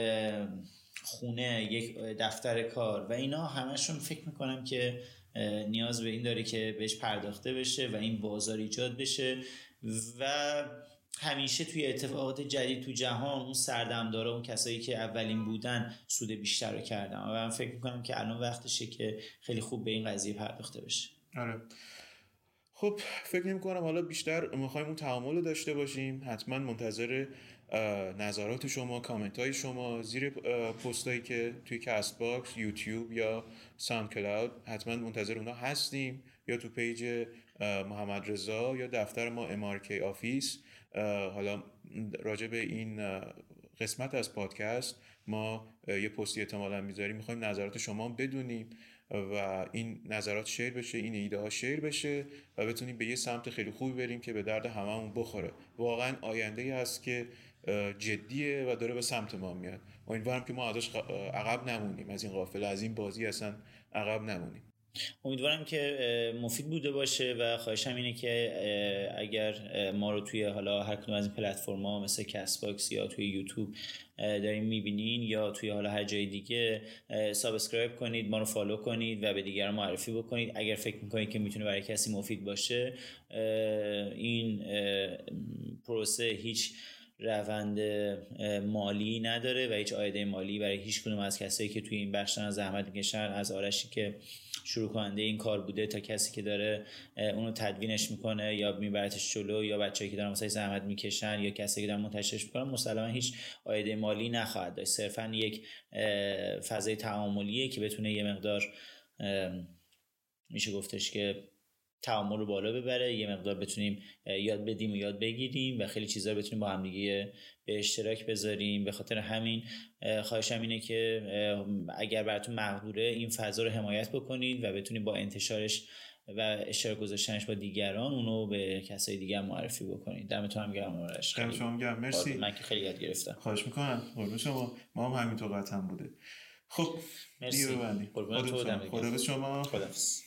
خونه، یک دفتر کار و اینا همشون فکر میکنم که نیاز به این داره که بهش پرداخته بشه و این بازار ایجاد بشه و همیشه توی اتفاقات جدید تو جهان اون سردمدارا، اون کسایی که اولین بودن سود بیشتر رو کردن و من فکر میکنم که الان وقتشه که خیلی خوب به این قضیه پرداخته بشه.
آره خب فکر نمی‌کنم حالا بیشتر می‌خوایم اون تعامل رو داشته باشیم. حتما منتظر نظرات شما، کامنت‌های شما زیر پستایی که توی کست باکس، یوتیوب یا ساوندکلاود، حتما منتظر اونا هستیم، یا تو پیج محمد رضا یا دفتر ما MRK آفیس. حالا راجع به این قسمت از پادکست ما یه پستی احتمالاً میذاریم، می‌خوایم نظرات شما بدونیم و این نظرات شیر بشه، این ایده ها شیر بشه و بتونیم به یه سمت خیلی خوبی بریم که به درد هممون بخوره. واقعا آینده‌ای هست که جدیه و داره به سمت ما میاد. امیدوارم که ما ازش عقب نمونیم، از این قافله، از این بازی اصلا عقب نمونیم.
امیدوارم که مفید بوده باشه و خواهشم اینه که اگر ما رو توی حالا هر کدوم از این پلتفرم‌ها مثل کست باکس یا توی یوتیوب دارین میبینین یا توی حالا هر جای دیگه، سابسکرایب کنید، ما رو فالو کنید و به دیگران معرفی بکنید اگر فکر میکنید که میتونه برای کسی مفید باشه. این پروسه هیچ روند مالی نداره و هیچ عایده مالی برای هیچ کدوم از کسایی که توی این بخش دارن زحمت میکشن، از آرشی که شروع کننده این کار بوده تا کسی که داره اونو تدوینش میکنه یا میبرتش جلو یا بچه‌ای که دارن واسه زحمت میکشن یا کسی که دارن منتشرش میکنن، مسلما هیچ عایده مالی نخواهد داشت. صرفا یک فضای تعاملیه که بتونه یه مقدار میشه گفتش که تعامل رو بالا ببره، یه مقدار بتونیم یاد بدیم و یاد بگیریم و خیلی چیزا رو بتونیم با هم دیگه به اشتراک بذاریم. به خاطر همین خواهشم اینه که اگر براتون مقدوره این فضا رو حمایت بکنید و بتونید با انتشارش و اشتراک گذاشتنش با دیگران اونو به کسای دیگه معرفی بکنید. دمتون هم گرم آرش.
دم شما گرم، مرسی.
من که خیلی یاد گرفتم.
خواهش میکنم. قربون شما. ما هم همینطور قطعا بوده. خب
مرسی.
خدا به شما.
خداحافظ.